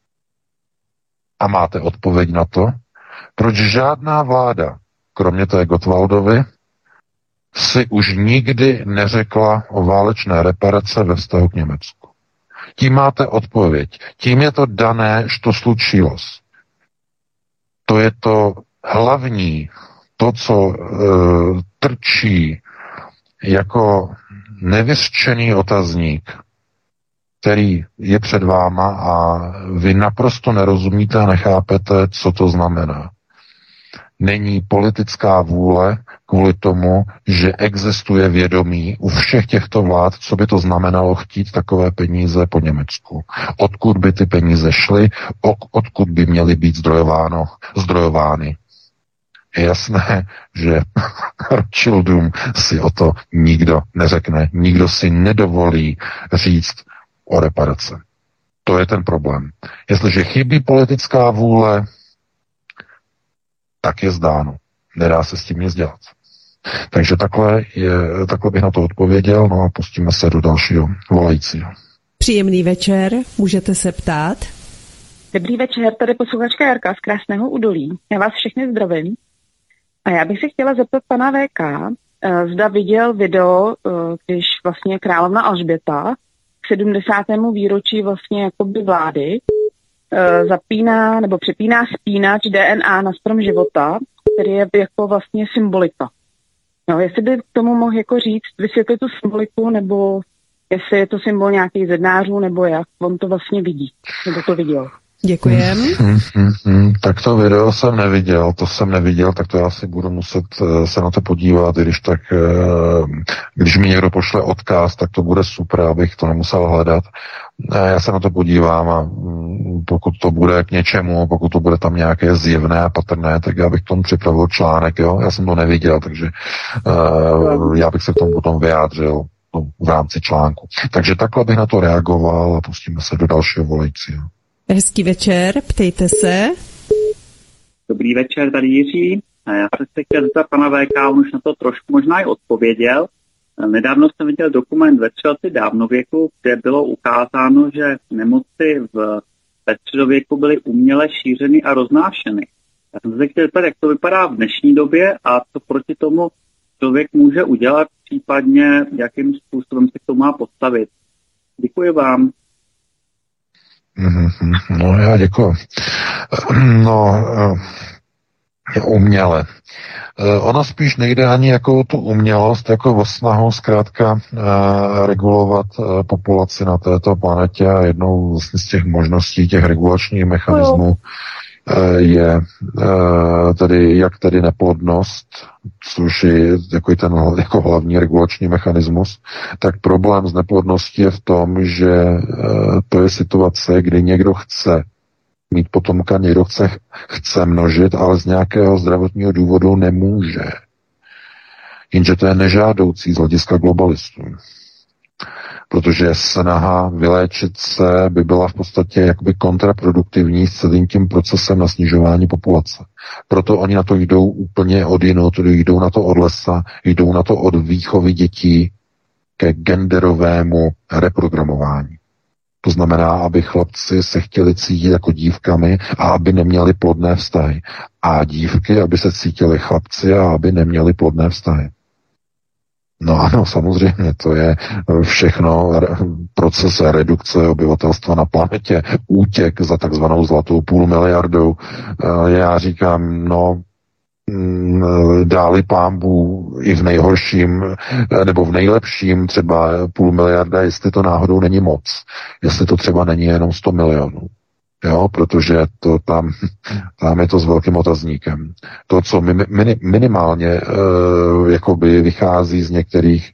A máte odpověď na to, proč žádná vláda, kromě té Gottwaldovy, si už nikdy neřekla o válečné reparace ve vztahu k Německu. Tím máte odpověď. Tím je to dané, že to slučilo. To je to hlavní, to, co trčí jako nevyřčený otazník, který je před váma a vy naprosto nerozumíte a nechápete, co to znamená. Není politická vůle kvůli tomu, že existuje vědomí u všech těchto vlád, co by to znamenalo chtít takové peníze po Německu. Odkud by ty peníze šly, odkud by měly být zdrojovány. Je jasné, že Rothschildům si o to nikdo neřekne, nikdo si nedovolí říct o reparace. To je ten problém. Jestliže chybí politická vůle, tak je zdáno. Nedá se s tím nic dělat. Takže takhle bych na to odpověděl, no a pustíme se do dalšího volajícího. Příjemný večer, můžete se ptát. Dobrý večer, tady posluchačka Jarka z Krásného Údolí. Já vás všechny zdravím. A já bych se chtěla zeptat pana VK, zda viděl video, když vlastně královna Alžběta k 70. výročí vlastně jakoby vlády zapíná nebo přepíná spínač DNA na strom života, který je jako vlastně symbolika. No, jestli by k tomu mohl jako říct, vysvětlit tu symboliku, nebo jestli je to symbol nějakých zednářů, nebo jak on to vlastně vidí, nebo to viděl. Děkujem. Tak to video jsem neviděl, tak to já si budu muset se na to podívat, když mi někdo pošle odkaz, tak to bude super, abych to nemusel hledat. Já se na to podívám a pokud to bude k něčemu, pokud to bude tam nějaké zjevné a patrné, tak já bych tomu připravil článek, jo. Já jsem to neviděl, takže já bych se k tomu potom vyjádřil v rámci článku. Takže takhle bych na to reagoval a pustíme se do dalšího volajícího. Hezký večer, ptejte se. Dobrý večer, tady Jiří. Já jsem se chtěl zeptat pana VK, on už na to trošku možná i odpověděl. Nedávno jsem viděl dokument ve středověku dávnověku, kde bylo ukázáno, že nemoci ve středověku byly uměle šířeny a roznášeny. Já jsem se chtěl zeptat, jak to vypadá v dnešní době a co proti tomu člověk může udělat, případně jakým způsobem se k tomu má postavit. Děkuji vám. No já děkuji. No, uměle. Ona spíš nejde ani jako tu umělost, jako o snahu zkrátka regulovat populaci na této planetě a jednou vlastně z těch možností, těch regulačních mechanismů je tedy jak tedy neplodnost, což je jako ten jako hlavní regulační mechanismus, tak problém s neplodností je v tom, že to je situace, kdy někdo chce mít potomka, někdo chce množit, ale z nějakého zdravotního důvodu nemůže. Jenže to je nežádoucí z hlediska globalistů. Protože snaha vyléčit se by byla v podstatě jakoby kontraproduktivní s celým tím procesem na snižování populace. Proto oni na to jdou úplně odjinud, jdou na to od lesa, jdou na to od výchovy dětí ke genderovému reprogramování. To znamená, aby chlapci se chtěli cítit jako dívkami a aby neměli plodné vztahy. A dívky, aby se cítili chlapci a aby neměli plodné vztahy. No ano, samozřejmě, to je všechno proces redukce obyvatelstva na planetě, útěk za takzvanou zlatou 500 miliardou. Já říkám, no, dáli pánbů i v nejhorším, nebo v nejlepším třeba 500 miliarda, jestli to náhodou není moc, jestli to třeba není jenom 100 milionů. Jo, protože to tam je to s velkým otazníkem. To, co minimálně jakoby vychází z některých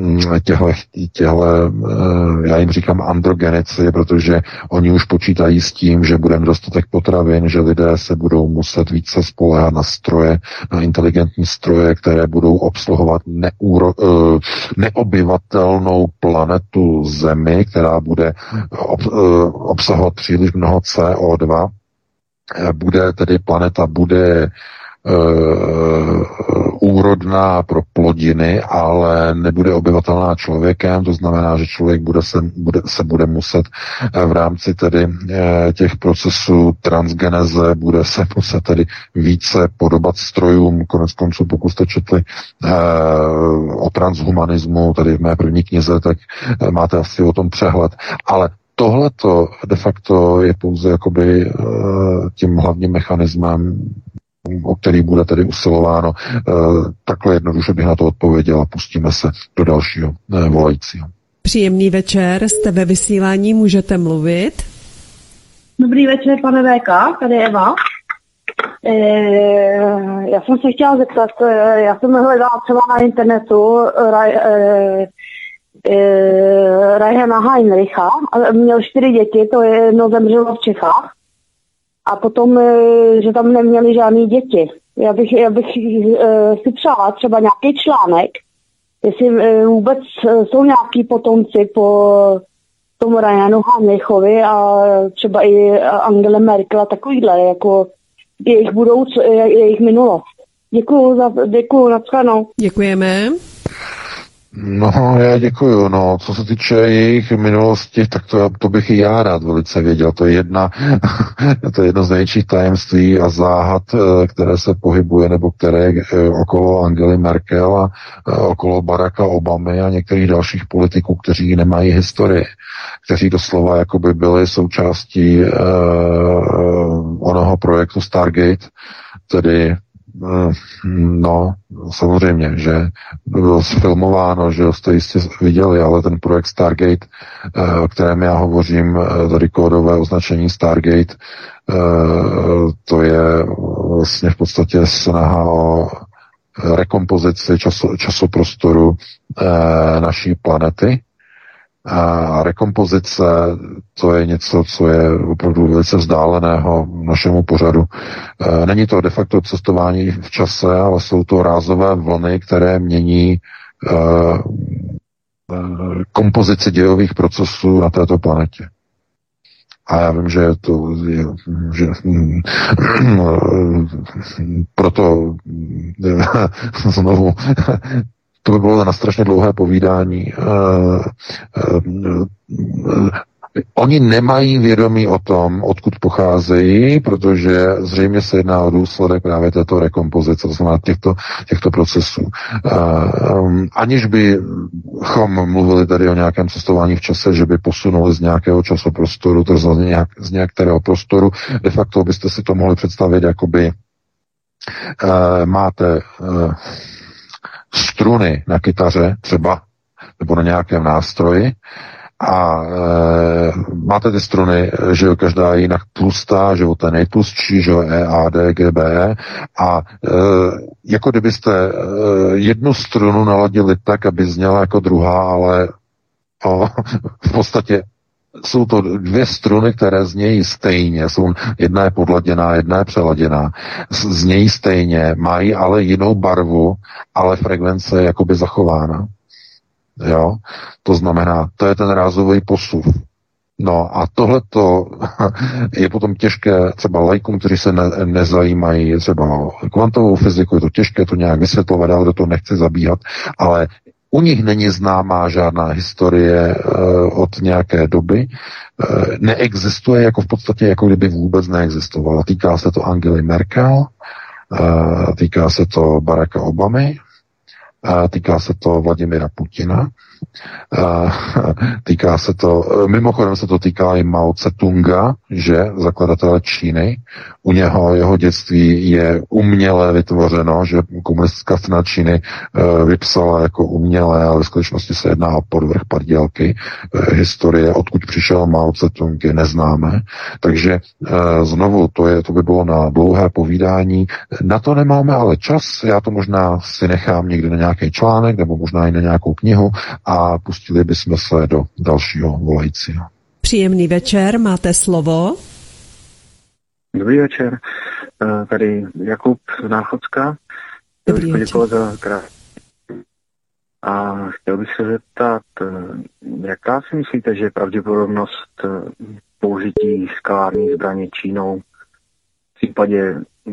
těchto já jim říkám androgenici, protože oni už počítají s tím, že bude nedostatek potravin, že lidé se budou muset více spoléhat na stroje, na inteligentní stroje, které budou obsluhovat neobyvatelnou planetu Zemi, která bude obsahovat příliš mnoho CO2, planeta bude úrodná pro plodiny, ale nebude obyvatelná člověkem, to znamená, že člověk se bude muset v rámci tedy těch procesů transgeneze, bude se muset tedy více podobat strojům, konec konců, pokud jste četli o transhumanismu, tady v mé první knize, tak máte asi o tom přehled, ale tohleto de facto je pouze jakoby tím hlavním mechanismem, o který bude tedy usilováno. Takhle jednoduše bych na to odpověděl a pustíme se do dalšího volajícího. Příjemný večer, jste ve vysílání, můžete mluvit. Dobrý večer, pane VK, tady Eva. Já jsem se chtěla zeptat, já jsem hledala třeba na internetu Reichena Heinricha, měl 4 děti, to je jedno zemřelo v Čechách. A potom, že tam neměli žádný děti. Já bych si přála třeba nějaký článek, jestli vůbec jsou nějaký potomci po tomu Reichenu Heinrichovi a třeba i Angele Merkel a takovýhle, jako jejich minulost. Děkuju, nashledanou. Děkujeme. No, já děkuju. No, co se týče jejich minulosti, tak to bych i já rád velice věděl. To je jedno z největších tajemství a záhad, které se pohybuje, nebo které okolo Angely Merkel a okolo Baracka Obamy a některých dalších politiků, kteří nemají historii, kteří doslova jakoby byli součástí onoho projektu Stargate, tedy no, samozřejmě, že bylo sfilmováno, že jste jistě viděli, ale ten projekt Stargate, o kterém já hovořím, tady kódové označení Stargate, to je vlastně v podstatě snaha o rekompozici časoprostoru naší planety. A rekompozice, to je něco, co je opravdu velice vzdáleného našemu pořadu. Není to de facto cestování v čase, ale jsou to rázové vlny, které mění kompozici dějových procesů na této planetě. A já vím, že to je, že proto znovu to by bylo na strašně dlouhé povídání. Oni nemají vědomí o tom, odkud pocházejí, protože zřejmě se jedná o důsledek právě této rekompozice, to znamená těchto procesů. Aniž bychom mluvili tady o nějakém cestování v čase, že by posunuli z nějakého časoprostoru, to z nějakého prostoru, de facto byste si to mohli představit, jakoby máte struny na kytaře třeba, nebo na nějakém nástroji, a máte ty struny, že jo, každá je jinak tlustá, že jo, ten nejtlustší, že jo, E, A, D, G, B, a jako kdybyste jednu strunu naladili tak, aby zněla jako druhá, ale v podstatě jsou to dvě struny, které znějí stejně, jedna je podladěná, jedna je přeladěná, znějí stejně, mají ale jinou barvu, ale frekvence je jakoby zachována. Jo? To znamená, to je ten rázový posuv. No a tohleto je potom těžké třeba laikům, kteří se nezajímají třeba o kvantovou fyziku, je to těžké to nějak vysvětlovat, ale do toho nechci zabíhat, ale u nich není známá žádná historie od nějaké doby. Neexistuje jako v podstatě, jako kdyby vůbec neexistovala. Týká se to Angely Merkel, týká se to Baracka Obamy, týká se to Vladimira Putina, týká se to, mimochodem se to týká i Mao Tse-tunga, že zakladatele Číny. U něho jeho dětství je uměle vytvořeno, že komunistická strana Číny vypsala jako umělé, ale v skutečnosti se jedná o podvrh padělky. Historie, odkud přišel Mao Tse-tung, je neznámé. Takže znovu, to by bylo na dlouhé povídání. Na to nemáme ale čas, já to možná si nechám někdy na nějaký článek, nebo možná i na nějakou knihu, a pustili bychom se do dalšího volajícího. Příjemný večer, máte slovo. Dobrý večer, tady Jakub z Náchodska. Dobrý večer. Za a chtěl bych se zeptat, jaká si myslíte, že je pravděpodobnost použití skalární zbraně Čínou v případě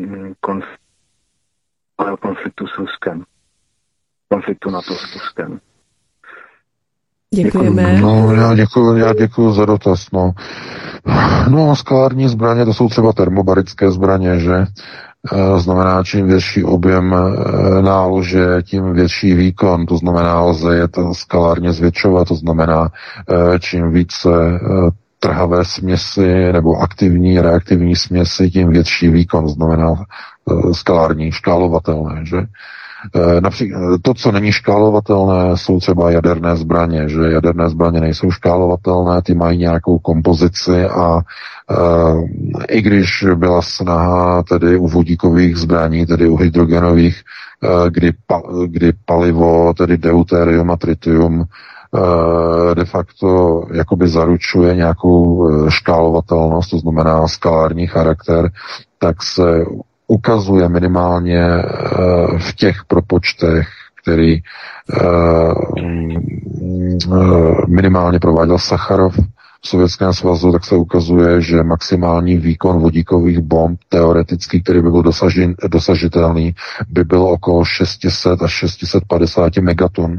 konfliktu s Ruskem? Konfliktu NATO s Ruskem. Děkujeme. No, já děkuju za dotaz. No, skalární zbraně, to jsou třeba termobarické zbraně, že? Znamená, čím větší objem nálože, tím větší výkon, to znamená, lze je to skalárně zvětšovat, to znamená, čím více trhavé směsi nebo aktivní, reaktivní směsi, tím větší výkon, to znamená skalární, škálovatelné, že? Například to, co není škálovatelné, jsou třeba jaderné zbraně, že jaderné zbraně nejsou škálovatelné, ty mají nějakou kompozici a i když byla snaha tedy u vodíkových zbraní, tedy u hydrogenových, kdy palivo, tedy deutérium a tritium, de facto jakoby zaručuje nějakou škálovatelnost, to znamená skalární charakter, tak se ukazuje minimálně v těch propočtech, který minimálně prováděl Sacharov v Sovětském svazu, tak se ukazuje, že maximální výkon vodíkových bomb teoreticky, který by byl dosažitelný, by byl okolo 600 až 650 megaton.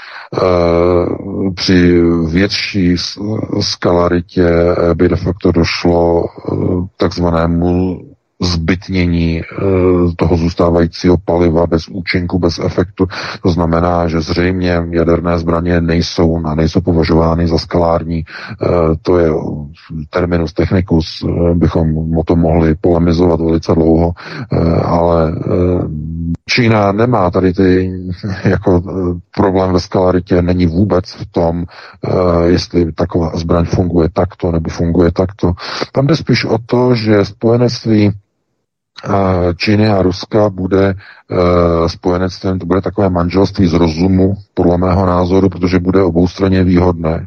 Při větší skalaritě by de facto došlo takzvanému zbytnění toho zůstávajícího paliva bez účinku, bez efektu. To znamená, že zřejmě jaderné zbraně nejsou považovány za skalární. To je terminus technicus, bychom o tom mohli polemizovat velice dlouho, ale Čína nemá tady jako problém ve skalaritě, není vůbec v tom, jestli taková zbraň funguje takto nebo funguje takto. Tam jde spíš o to, že spojenectví Číny a Ruska bude spojenectvím, to bude takové manželství z rozumu, podle mého názoru, protože bude oboustranně výhodné.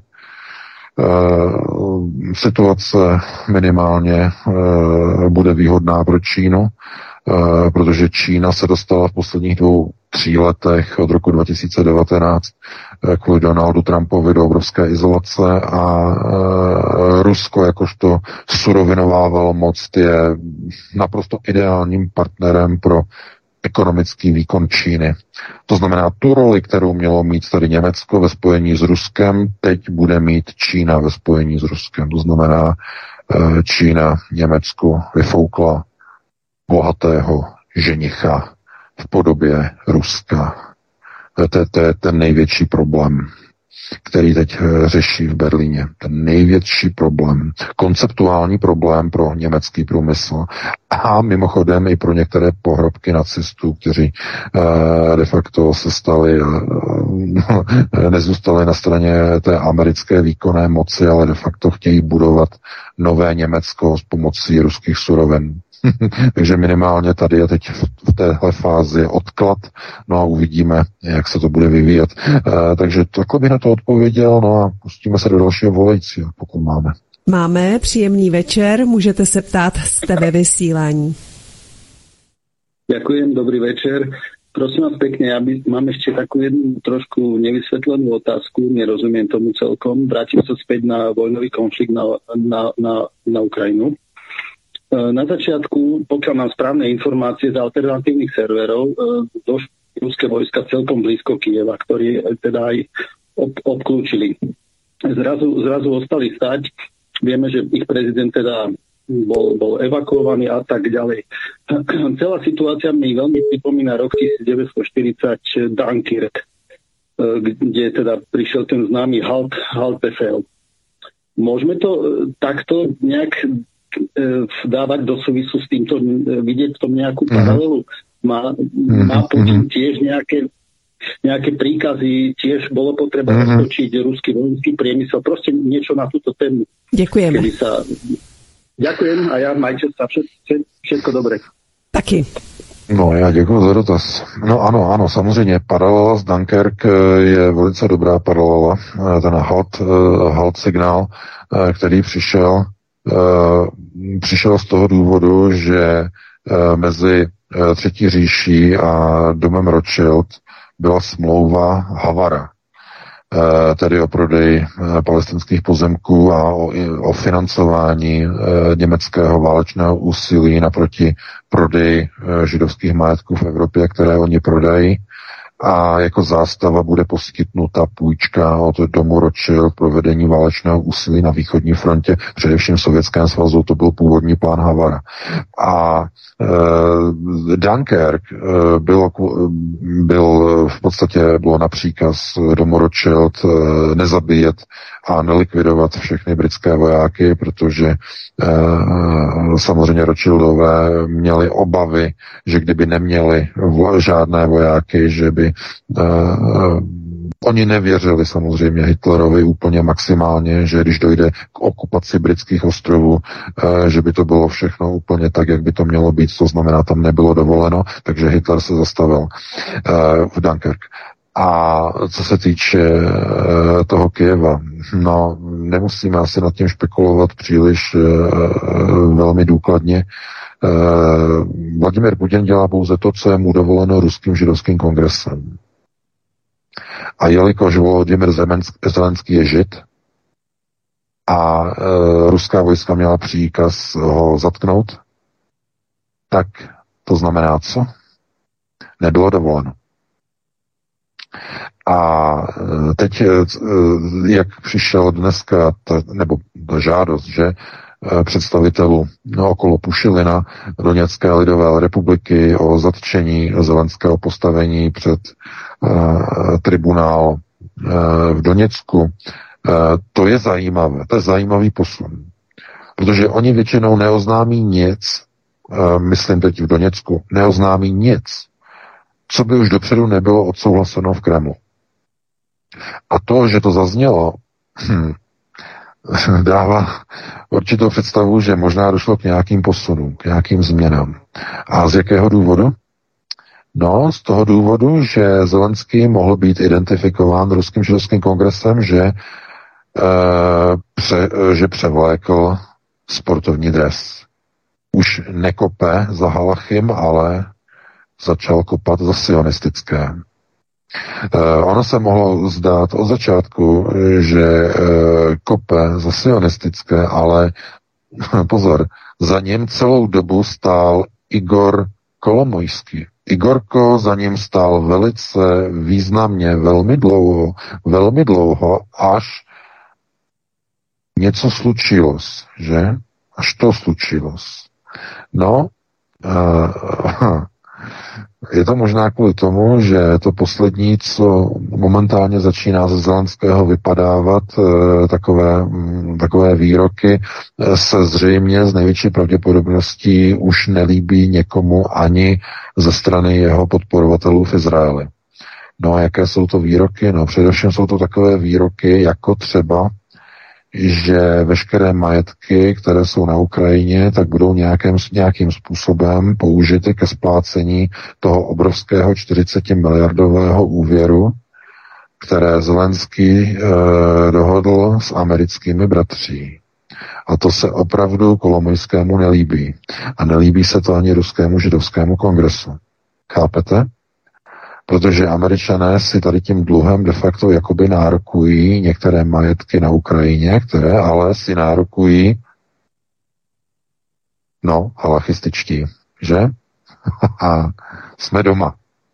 Situace minimálně bude výhodná pro Čínu, protože Čína se dostala v posledních 2-3 letech od roku 2019 kvůli Donaldu Trumpovi do obrovské izolace a Rusko jakožto surovinová velmoc je naprosto ideálním partnerem pro ekonomický výkon Číny. To znamená, tu roli, kterou mělo mít tady Německo ve spojení s Ruskem, teď bude mít Čína ve spojení s Ruskem. To znamená, Čína Německu vyfoukla bohatého ženicha v podobě Ruska. To je ten největší problém, který teď řeší v Berlíně. Ten největší problém, konceptuální problém pro německý průmysl a mimochodem i pro některé pohrobky nacistů, kteří de facto se stali, nezůstali na straně té americké výkonné moci, ale de facto chtějí budovat nové Německo s pomocí ruských surovin. Takže minimálně tady je teď v téhle fázi odklad, no a uvidíme, jak se to bude vyvíjet. Takže takhle bych na to odpověděl, no a pustíme se do dalšího volajícího, pokud máme. Máme příjemný večer, můžete se ptát, jste ve vysílání. Ďakujem, dobrý večer. Prosím vás pekne, mám ešte takú jednu trošku nevysvetlenú otázku, nerozumiem tomu celkom. Vrátim sa späť na vojnový konflikt na Ukrajinu. Na začiatku, pokiaľ mám správne informácie z alternatívnych serverov, došli ruské vojska celkom blízko Kyjeva, ktorí teda aj obklúčili. Zrazu ostali stať. Vieme, že ich prezident teda bol evakuovaný a tak ďalej. Celá situácia mi veľmi pripomína rok 1940 Dunkirk, kde teda prišiel ten známy Haltefeld. Môžeme to takto nejak dávať do súvisu s týmto, vidieť v tom nejakú paralelu. Má Putin tiež nejaké príkazy, tiež bolo potreba roztočiť ruský vojenský priemysel, proste niečo na túto tému. Ďakujeme. Ďakujem a ja majte sa všetko dobré. Taky. No, já děkuji za dotaz. No ano, samozřejmě paralela z Dunkirk je velice dobrá paralela. Ten halt signál, který přišel z toho důvodu, že mezi Třetí říší a domem Rothschild byla smlouva Havara, tedy o prodej palestinských pozemků a o financování německého válečného úsilí naproti prodeji židovských majetků v Evropě, které oni prodají. A jako zástava bude poskytnuta půjčka od domu Rothschild pro vedení válečného úsilí na východní frontě, především v Sovětském svazu, to byl původní plán Havara. A Dunkirk bylo na příkaz domu Rothschild nezabíjet a nelikvidovat všechny britské vojáky, protože samozřejmě Rothschildové měli obavy, že kdyby neměli žádné vojáky, že by oni nevěřili samozřejmě Hitlerovi úplně maximálně, že když dojde k okupaci britských ostrovů, že by to bylo všechno úplně tak, jak by to mělo být, to znamená, tam nebylo dovoleno, takže Hitler se zastavil v Dunkirk. A co se týče toho Kyjeva, no, nemusíme asi nad tím špekulovat příliš velmi důkladně. Vladimír Putin dělá pouze to, co je mu dovoleno ruským židovským kongresem. A jelikož Volodymyr Zelenský je žid a ruská vojska měla příkaz ho zatknout, tak to znamená co? Nebylo dovoleno. A teď, jak přišel dneska, nebo ta žádost, že představitelů okolo Pušilina Doněcké lidové republiky o zatčení Zelenského postavení před tribunál v Doněcku, to je zajímavé, to je zajímavý posun. Protože oni většinou neoznámí nic, myslím teď v Doněcku, neoznámí nic, co by už dopředu nebylo odsouhlaseno v Kremlu. A to, že to zaznělo, dává určitou představu, že možná došlo k nějakým posunům, k nějakým změnám. A z jakého důvodu? No, z toho důvodu, že Zelenský mohl být identifikován ruským židovským kongresem, že převlékl sportovní dres. Už nekope za halachim, ale začal kopat za sionistické. Ono se mohlo zdát od začátku, že kope za sionistické, ale pozor, za ním celou dobu stál Igor Kolomojský, Igorko za ním stál velice významně, velmi dlouho, až něco slučilось, že? Až to slučilось. No, je to možná kvůli tomu, že to poslední, co momentálně začíná ze Zelenského vypadávat, takové výroky, se zřejmě z největší pravděpodobností už nelíbí někomu ani ze strany jeho podporovatelů v Izraeli. No a jaké jsou to výroky? No především jsou to takové výroky, jako třeba, že veškeré majetky, které jsou na Ukrajině, tak budou nějakým způsobem použity ke splácení toho obrovského 40 miliardového úvěru, které Zelenský dohodl s americkými bratří. A to se opravdu Kolomojskému nelíbí. A nelíbí se to ani ruskému židovskému kongresu. Chápete? Protože Američané si tady tím dluhem de facto jakoby nárokují některé majetky na Ukrajině, které ale si nárokují halachističtí, že? A jsme doma.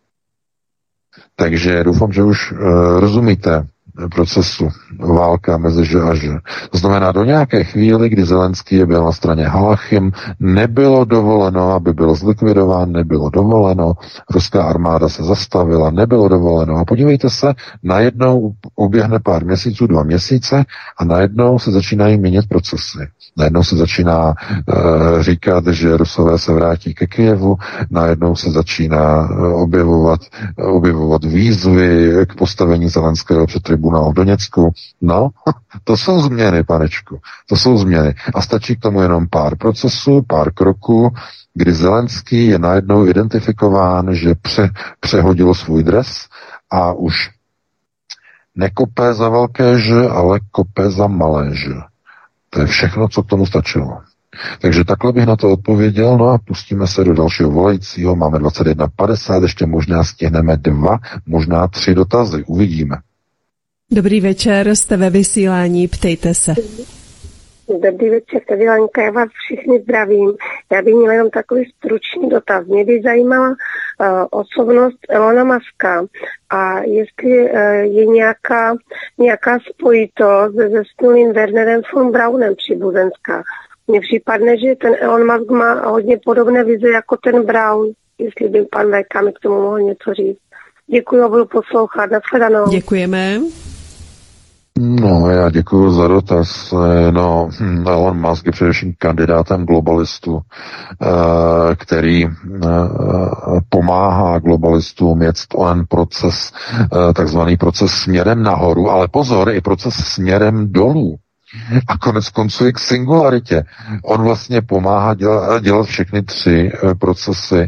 Takže doufám, že už rozumíte procesu válka mezi že a že. To znamená, do nějaké chvíli, kdy Zelenský byl na straně Halachim, nebylo dovoleno, aby byl zlikvidován, nebylo dovoleno, ruská armáda se zastavila, nebylo dovoleno. A podívejte se, najednou uběhne pár měsíců, 2 měsíce a najednou se začínají měnit procesy. Najednou se začíná říkat, že Rusové se vrátí ke Kyjevu, najednou se začíná objevovat výzvy k postavení Zelenského před tribunál v Doněcku. No, to jsou změny, panečku. To jsou změny. A stačí k tomu jenom pár procesů, pár kroků, kdy Zelenský je najednou identifikován, že přehodil svůj dres a už nekope za velké že, ale kope za malé že. To je všechno, co k tomu stačilo. Takže takhle bych na to odpověděl, no a pustíme se do dalšího volajícího. Máme 21:50, ještě možná stihneme 2, možná 3 dotazy. Uvidíme. Dobrý večer, jste ve vysílání, ptejte se. Dobrý večer, tady Lenka, já vás všichni zdravím. Já bych měla jenom takový stručný dotaz. Mě by zajímala osobnost Elona Muska a jestli je nějaká spojitost se zesnulým Wernerem von Braunem příbuzenská. Mně připadne, že ten Elon Musk má hodně podobné vize jako ten Braun, jestli by pan VK mi k tomu mohl něco říct. Děkuji, budu poslouchat. Nashledanou. Děkujeme. No, já děkuji za dotaz. No, Elon Musk je především kandidátem globalistů, který pomáhá globalistům jet onen proces, takzvaný proces směrem nahoru, ale pozor, i proces směrem dolů. A konec konců i k singularitě. On vlastně pomáhá dělat všechny 3 procesy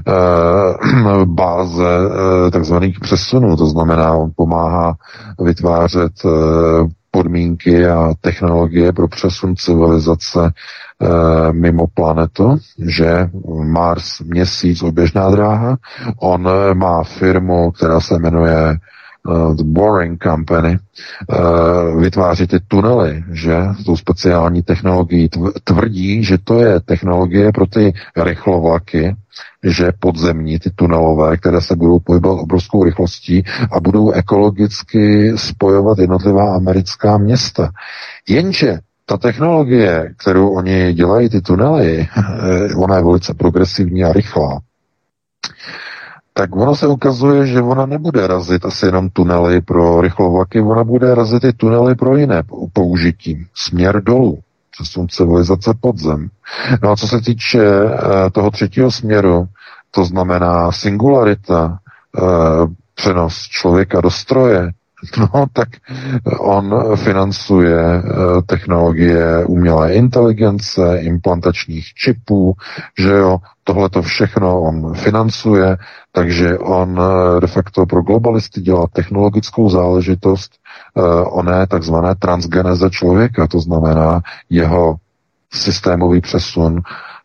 báze takzvaných přesunů. To znamená, on pomáhá vytvářet podmínky a technologie pro přesun civilizace mimo planetu, že Mars, Měsíc, oběžná dráha. On má firmu, která se jmenuje The Boring Company, vytváří ty tunely, že tou speciální technologií tvrdí, že to je technologie pro ty rychlovlaky, že podzemní, ty tunelové, které se budou pohybovat obrovskou rychlostí a budou ekologicky spojovat jednotlivá americká města. Jenže ta technologie, kterou oni dělají, ty tunely, ona je velice progresivní a rychlá. Tak ono se ukazuje, že ona nebude razit asi jenom tunely pro rychlovlaky, ona bude razit i tunely pro jiné použití. Směr dolů, přesun civilizace podzem. No a co se týče toho 3. směru, to znamená singularita, přenos člověka do stroje, no tak on financuje technologie umělé inteligence, implantačních čipů, že jo, tohleto všechno on financuje, takže on de facto pro globalisty dělá technologickou záležitost oné takzvané transgeneze člověka, to znamená jeho systémový přesun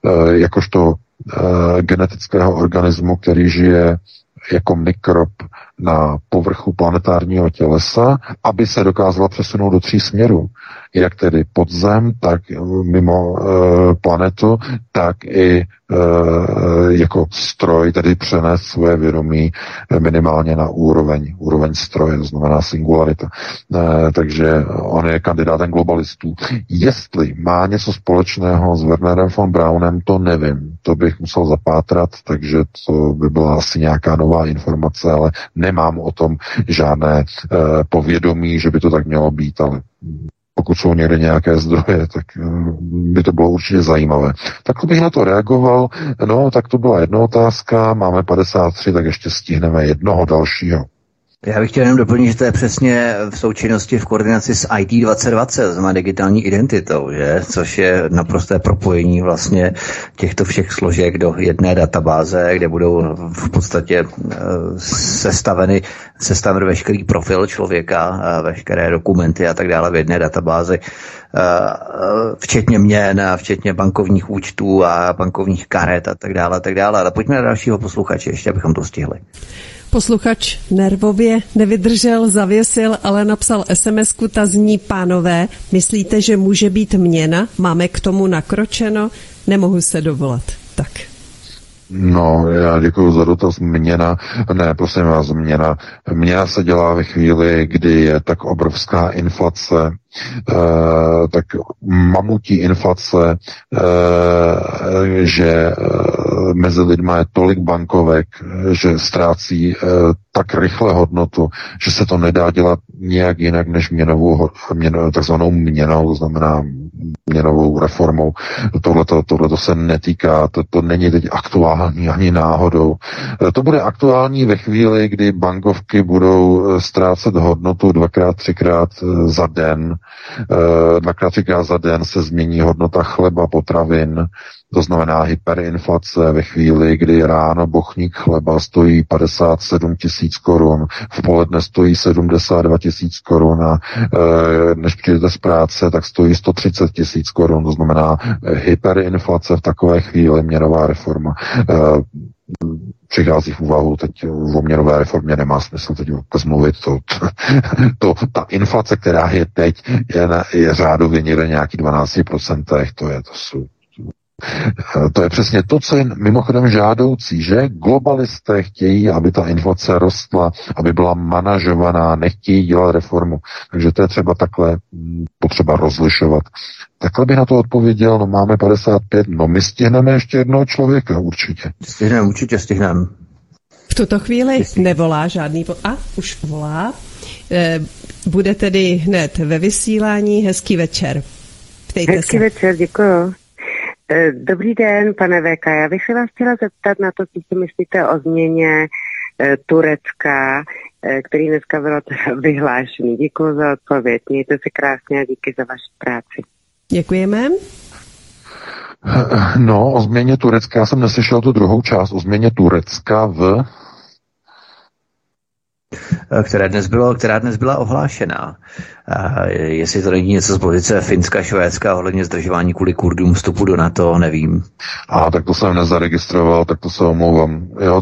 jakožto genetického organismu, který žije jako mikrob na povrchu planetárního tělesa, aby se dokázala přesunout do 3 směrů. Jak tedy pod zem, tak mimo planetu, tak i jako stroj, tedy přenést svoje vědomí minimálně na úroveň stroje, to znamená singularita. Takže on je kandidátem globalistů. Jestli má něco společného s Wernerem von Braunem, to nevím. To bych musel zapátrat, takže to by byla asi nějaká nová informace, ale nemám o tom žádné povědomí, že by to tak mělo být, ale pokud jsou někde nějaké zdroje, tak by to bylo určitě zajímavé. Tak bych na to reagoval. No, tak to byla jedna otázka, máme 53, tak ještě stihneme jednoho dalšího. Já bych chtěl jenom doplnit, že to je přesně v součinnosti v koordinaci s IT 2020, znamená digitální identitou, že? Což je naprosté propojení vlastně těchto všech složek do jedné databáze, kde budou v podstatě sestaveny veškerý profil člověka, veškeré dokumenty a tak dále v jedné databázi, včetně měn, včetně bankovních účtů a bankovních karet a tak dále, a tak dále. Ale pojďme na dalšího posluchače, ještě abychom to stihli. Posluchač nervově nevydržel, zavěsil, ale napsal SMS-ku, ta zní: pánové, myslíte, že může být měna? Máme k tomu nakročeno? Nemohu se dovolat. Tak. No, já děkuji za dotaz. Měna, ne, prosím vás, měna se dělá ve chvíli, kdy je tak obrovská inflace, tak mamutí inflace, že mezi lidma je tolik bankovek, že ztrácí tak rychle hodnotu, že se to nedá dělat nějak jinak než takzvanou měnou, to znamená měnovou reformou. Tohleto se netýká, to není teď aktuální ani náhodou. To bude aktuální ve chvíli, kdy bankovky budou ztrácet hodnotu 2x, 3x za den. 2x, 3x za den se změní hodnota chleba, potravin, to znamená hyperinflace ve chvíli, kdy ráno bochník chleba stojí 57 000 korun, v poledne stojí 72 000 korun a než přijdete z práce, tak stojí 130 000 korun, to znamená hyperinflace v takové chvíli, měnová reforma. Přichází v úvahu, teď o měnové reformě nemá smysl teď mluvit. Ta inflace, která je teď, je řádově někde nějaký 12%, to je přesně to, co je mimochodem žádoucí, že globalisté chtějí, aby ta inflace rostla, aby byla manažovaná, nechtějí dělat reformu. Takže to je třeba takhle potřeba rozlišovat. Takhle bych na to odpověděl, no máme 55, no my stihneme ještě jednoho člověka, určitě. Určitě stihneme. V tuto chvíli nevolá žádný... už volá. Bude tedy hned ve vysílání. Hezký večer. Ptejte Hezký večer, děkuji. Dobrý den, pane VK. Já bych se vás chtěla zeptat na to, co si myslíte o změně Turecka, který dneska bylo vyhlášený. Děkuji za odpověď. Mějte se krásně a díky za vaši práci. Děkujeme. No, o změně Turecka, já jsem neslyšel tu druhou část, o změně Turecka která dnes byla ohlášená. Jestli to není něco z pozice Finska, Švédska ohledně zdržování kvůli Kurdům vstupu do NATO, nevím. Tak to jsem nezaregistroval, tak to se omlouvám. Jo,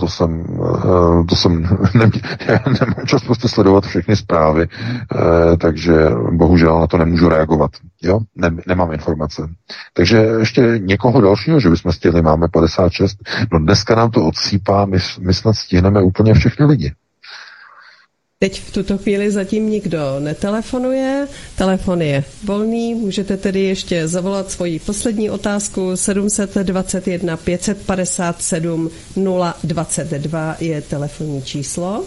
já nemám čas prostě sledovat všechny zprávy, takže bohužel na to nemůžu reagovat. Jo, nemám informace. Takže ještě někoho dalšího, že bychom stihli, máme 56. No dneska nám to odsýpá, my snad stihneme úplně všechny lidi. Teď v tuto chvíli zatím nikdo netelefonuje, telefon je volný, můžete tedy ještě zavolat svoji poslední otázku. 721 557 022 je telefonní číslo.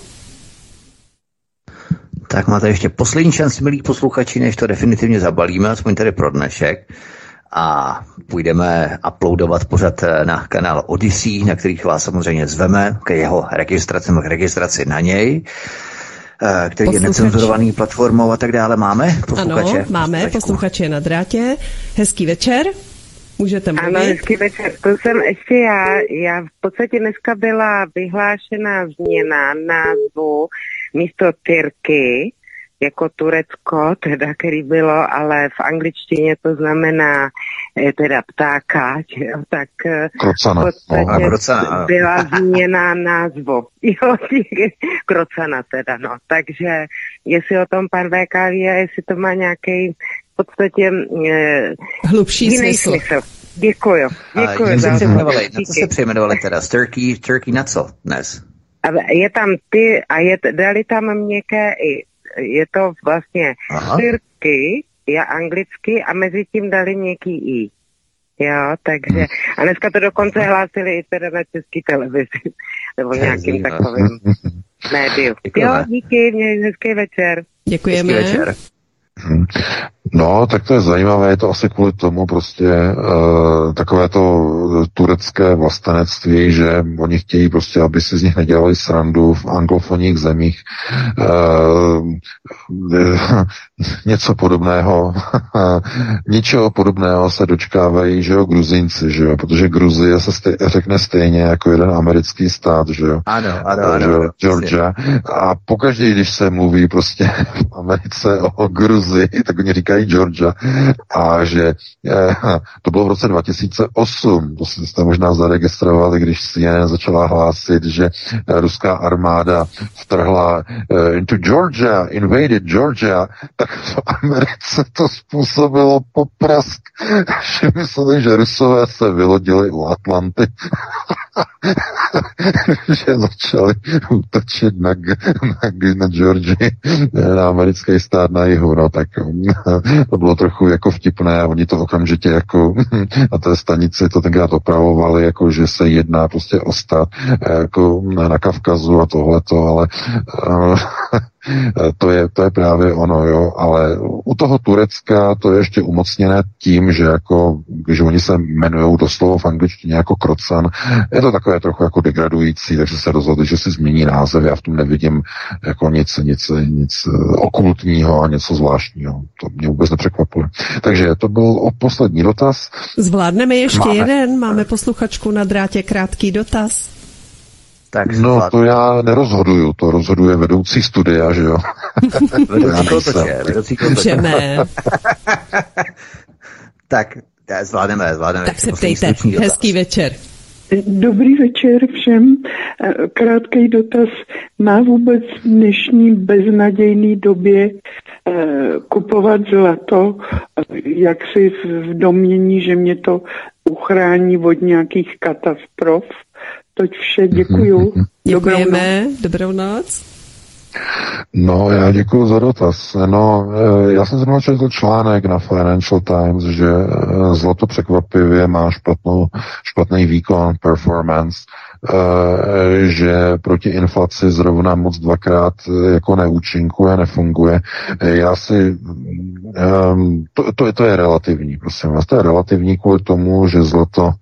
Tak máte ještě poslední šanci, milí posluchači, než to definitivně zabalíme, aspoň tady pro dnešek. A půjdeme uploadovat pořad na kanál Odyssey, na kterých vás samozřejmě zveme k jeho registraci na něj, který je necenzurovaný platformou a tak dále. Máme posluchače? Ano, máme posluchače na drátě. Hezký večer. Můžete mluvit. Ano, hezký večer. To jsem ještě já v podstatě dneska byla vyhlášena změna názvu místo Tyrky jako Turecko, teda, který bylo, ale v angličtině to znamená teda ptáka, tak krocana. V podstatě byla změna názvu. Jo, krocana teda, no. Takže jestli o tom pan VK ví a jestli to má nějaký v podstatě hlubší smysl. Děkuju. Na co se přejmenovali teda? Turkey na co dnes? Je tam dali tam měkké i. Je to vlastně Turkey, je anglicky a mezi tím dali měkký i. Jo, takže a dneska to dokonce hlásili i teda na české televizi nebo nějakým takovým médiu. Jo, díky, mějte hezký večer. Děkujeme. Hezký večer. No, tak to je zajímavé, je to asi kvůli tomu prostě takové to turecké vlastenectví, že oni chtějí prostě, aby si z nich nedělali srandu v anglofonních zemích. Něco podobného, ničeho podobného se dočkávají, že jo, Gruzínci, že jo, protože Gruzie se řekne stejně jako jeden americký stát, že jo. Ano. Georgia. A pokaždé, když se mluví prostě v Americe o Gruzii, tak oni říkají Georgia. A že to bylo v roce 2008, to jste možná zaregistrovali, když CNN začala hlásit, že ruská armáda vtrhla into Georgia, invaded Georgia, tak v Americe to způsobilo poprask, že mysleli, že Rusové se vylodili u Atlanty, že začali útočit na Georgii, na americký stát na jihu, no tak to bylo trochu jako vtipné a oni to okamžitě jako na té stanici to tenkrát opravovali, jako že se jedná prostě o stát jako na Kavkazu a tohleto, ale to je právě ono, jo, ale u toho Turecka to je ještě umocněné tím, že jako, když oni se jmenujou doslova v angličtině jako krocan, je to takové trochu jako degradující, takže se rozhodli, že si změní název, já v tom nevidím jako nic okultního a něco zvláštního, to mě vůbec nepřekvapuje. Takže to byl poslední dotaz. Zvládneme ještě jeden, máme posluchačku na drátě, krátký dotaz. Tak no to já nerozhoduju, to rozhoduje vedoucí studia, že jo? vedoucí klotoče. Tak, zvládneme. Tak se ptejte, hezký večer. Dobrý večer všem. Krátký dotaz. Má vůbec v dnešní beznadějné době kupovat zlato, jak si v domnění, že mě to uchrání od nějakých katastrof? Toť vše, děkuju. Děkujeme, dobrou noc. No, já děkuji za dotaz. No, já jsem zrovna četl článek na Financial Times, že zlato překvapivě má špatný výkon, performance, že proti inflaci zrovna moc dvakrát jako neúčinkuje, nefunguje. To je relativní, prosím vás. To je relativní kvůli tomu, že zlato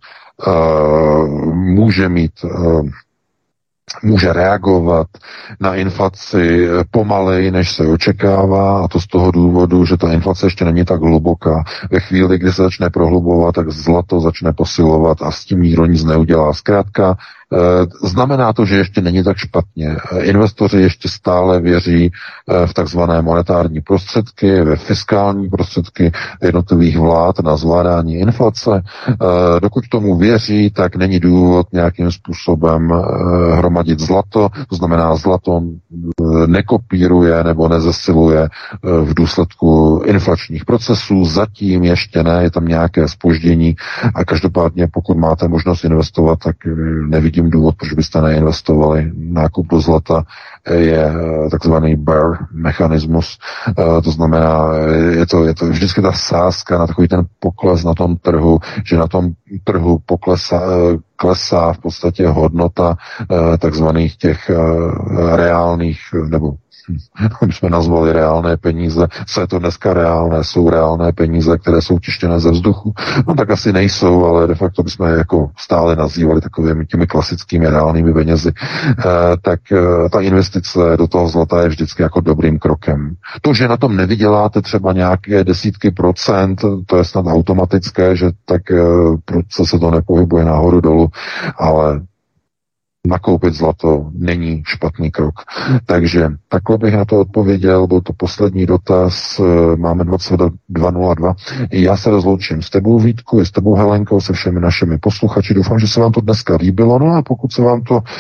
může reagovat na inflaci pomaleji, než se očekává, a to z toho důvodu, že ta inflace ještě není tak hluboká. Ve chvíli, kdy se začne prohlubovat, tak zlato začne posilovat a s tím nikdo nic neudělá. Zkrátka, znamená to, že ještě není tak špatně. Investoři ještě stále věří v takzvané monetární prostředky, ve fiskální prostředky jednotlivých vlád na zvládání inflace. Dokud tomu věří, tak není důvod nějakým způsobem hromadit zlato. To znamená, zlato nekopíruje nebo nezesiluje v důsledku inflačních procesů. Zatím ještě ne, je tam nějaké zpoždění a každopádně, pokud máte možnost investovat, tak nevidím důvod, proč byste neinvestovali. Nákup do zlata je takzvaný bear mechanismus, to znamená, je to vždycky ta sázka na takový ten pokles na tom trhu, že na tom trhu klesá v podstatě hodnota takzvaných těch reálných, nebo bychom nazvali reálné peníze. Co je to dneska reálné? Jsou reálné peníze, které jsou tištěné ze vzduchu? No tak asi nejsou, ale de facto bychom je jako stále nazývali takovými těmi klasickými reálnými penězi. Tak ta investice do toho zlata je vždycky jako dobrým krokem. To, že na tom nevyděláte třeba nějaké desítky procent, to je snad automatické, že tak proč se to nepohybuje nahoru dolů, ale nakoupit zlato není špatný krok. Takže takhle bych na to odpověděl, byl to poslední dotaz, máme 22:02. Já se rozloučím s tebou, Vítku, i s tebou, Helenko, se všemi našimi posluchači. Doufám, že se vám to dneska líbilo, no a pokud se vám to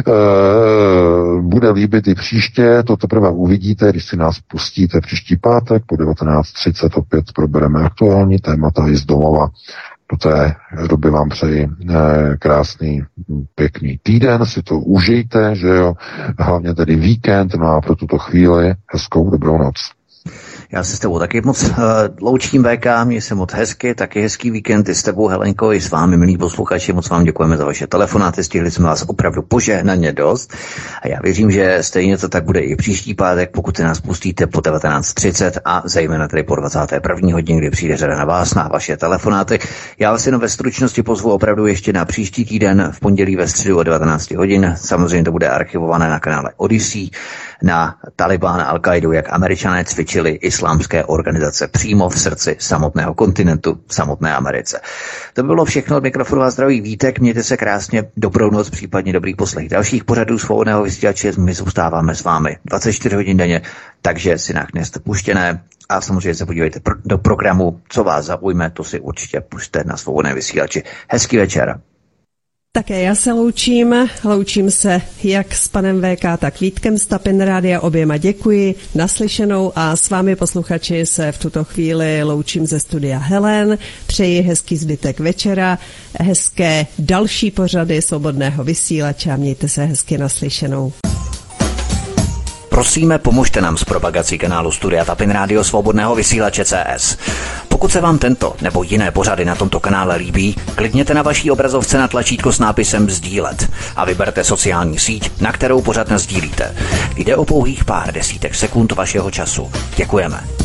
bude líbit i příště, to teprve uvidíte, když si nás pustíte příští pátek po 19:30, opět probereme aktuální témata i z domova. Do té doby vám přeji krásný, pěkný týden, si to užijte, že jo, hlavně tedy víkend, no a pro tuto chvíli hezkou dobrou noc. Já se s tebou taky moc loučím, VK, mě se moc hezky, taky hezký víkend i s tebou, Helenko, i s vámi, milí posluchači, moc vám děkujeme za vaše telefonáty, stihli jsme vás opravdu požehnaně dost a já věřím, že stejně to tak bude i příští pátek, pokud se nás pustíte po 19:30 a zejména tedy po 21. hodině, kdy přijde řada na vás, na vaše telefonáty. Já vás jenom ve stručnosti pozvu opravdu ještě na příští týden v pondělí ve středu o 19 hodin, samozřejmě to bude archivované na kanále Odyssey, na Taliban a Al-Qaidu, jak Američané cvičili islámské organizace přímo v srdci samotného kontinentu, v samotné Americe. To bylo všechno od mikrofonu a zdraví Vítek, mějte se krásně, dobrou noc, případně dobrý poslech dalších pořadů Svobodného vysílače, my zůstáváme s vámi 24 hodin denně, takže si nachněste puštěné a samozřejmě se podívejte do programu, co vás zaujme, to si určitě pusťte na Svobodné vysílači. Hezký večer. Také já se loučím se jak s panem VK, tak Vítkem z Tapin Rádia, oběma děkuji, naslyšenou a s vámi posluchači se v tuto chvíli loučím ze studia Helen, přeji hezký zbytek večera, hezké další pořady Svobodného vysílače a mějte se hezky naslyšenou. Prosíme, pomožte nám s propagací kanálu Studia Tapin Rádio Svobodného vysílače CS. Pokud se vám tento nebo jiné pořady na tomto kanále líbí, klikněte na vaší obrazovce na tlačítko s nápisem sdílet a vyberte sociální síť, na kterou pořad nasdílíte. Jde o pouhých pár desítek sekund vašeho času. Děkujeme.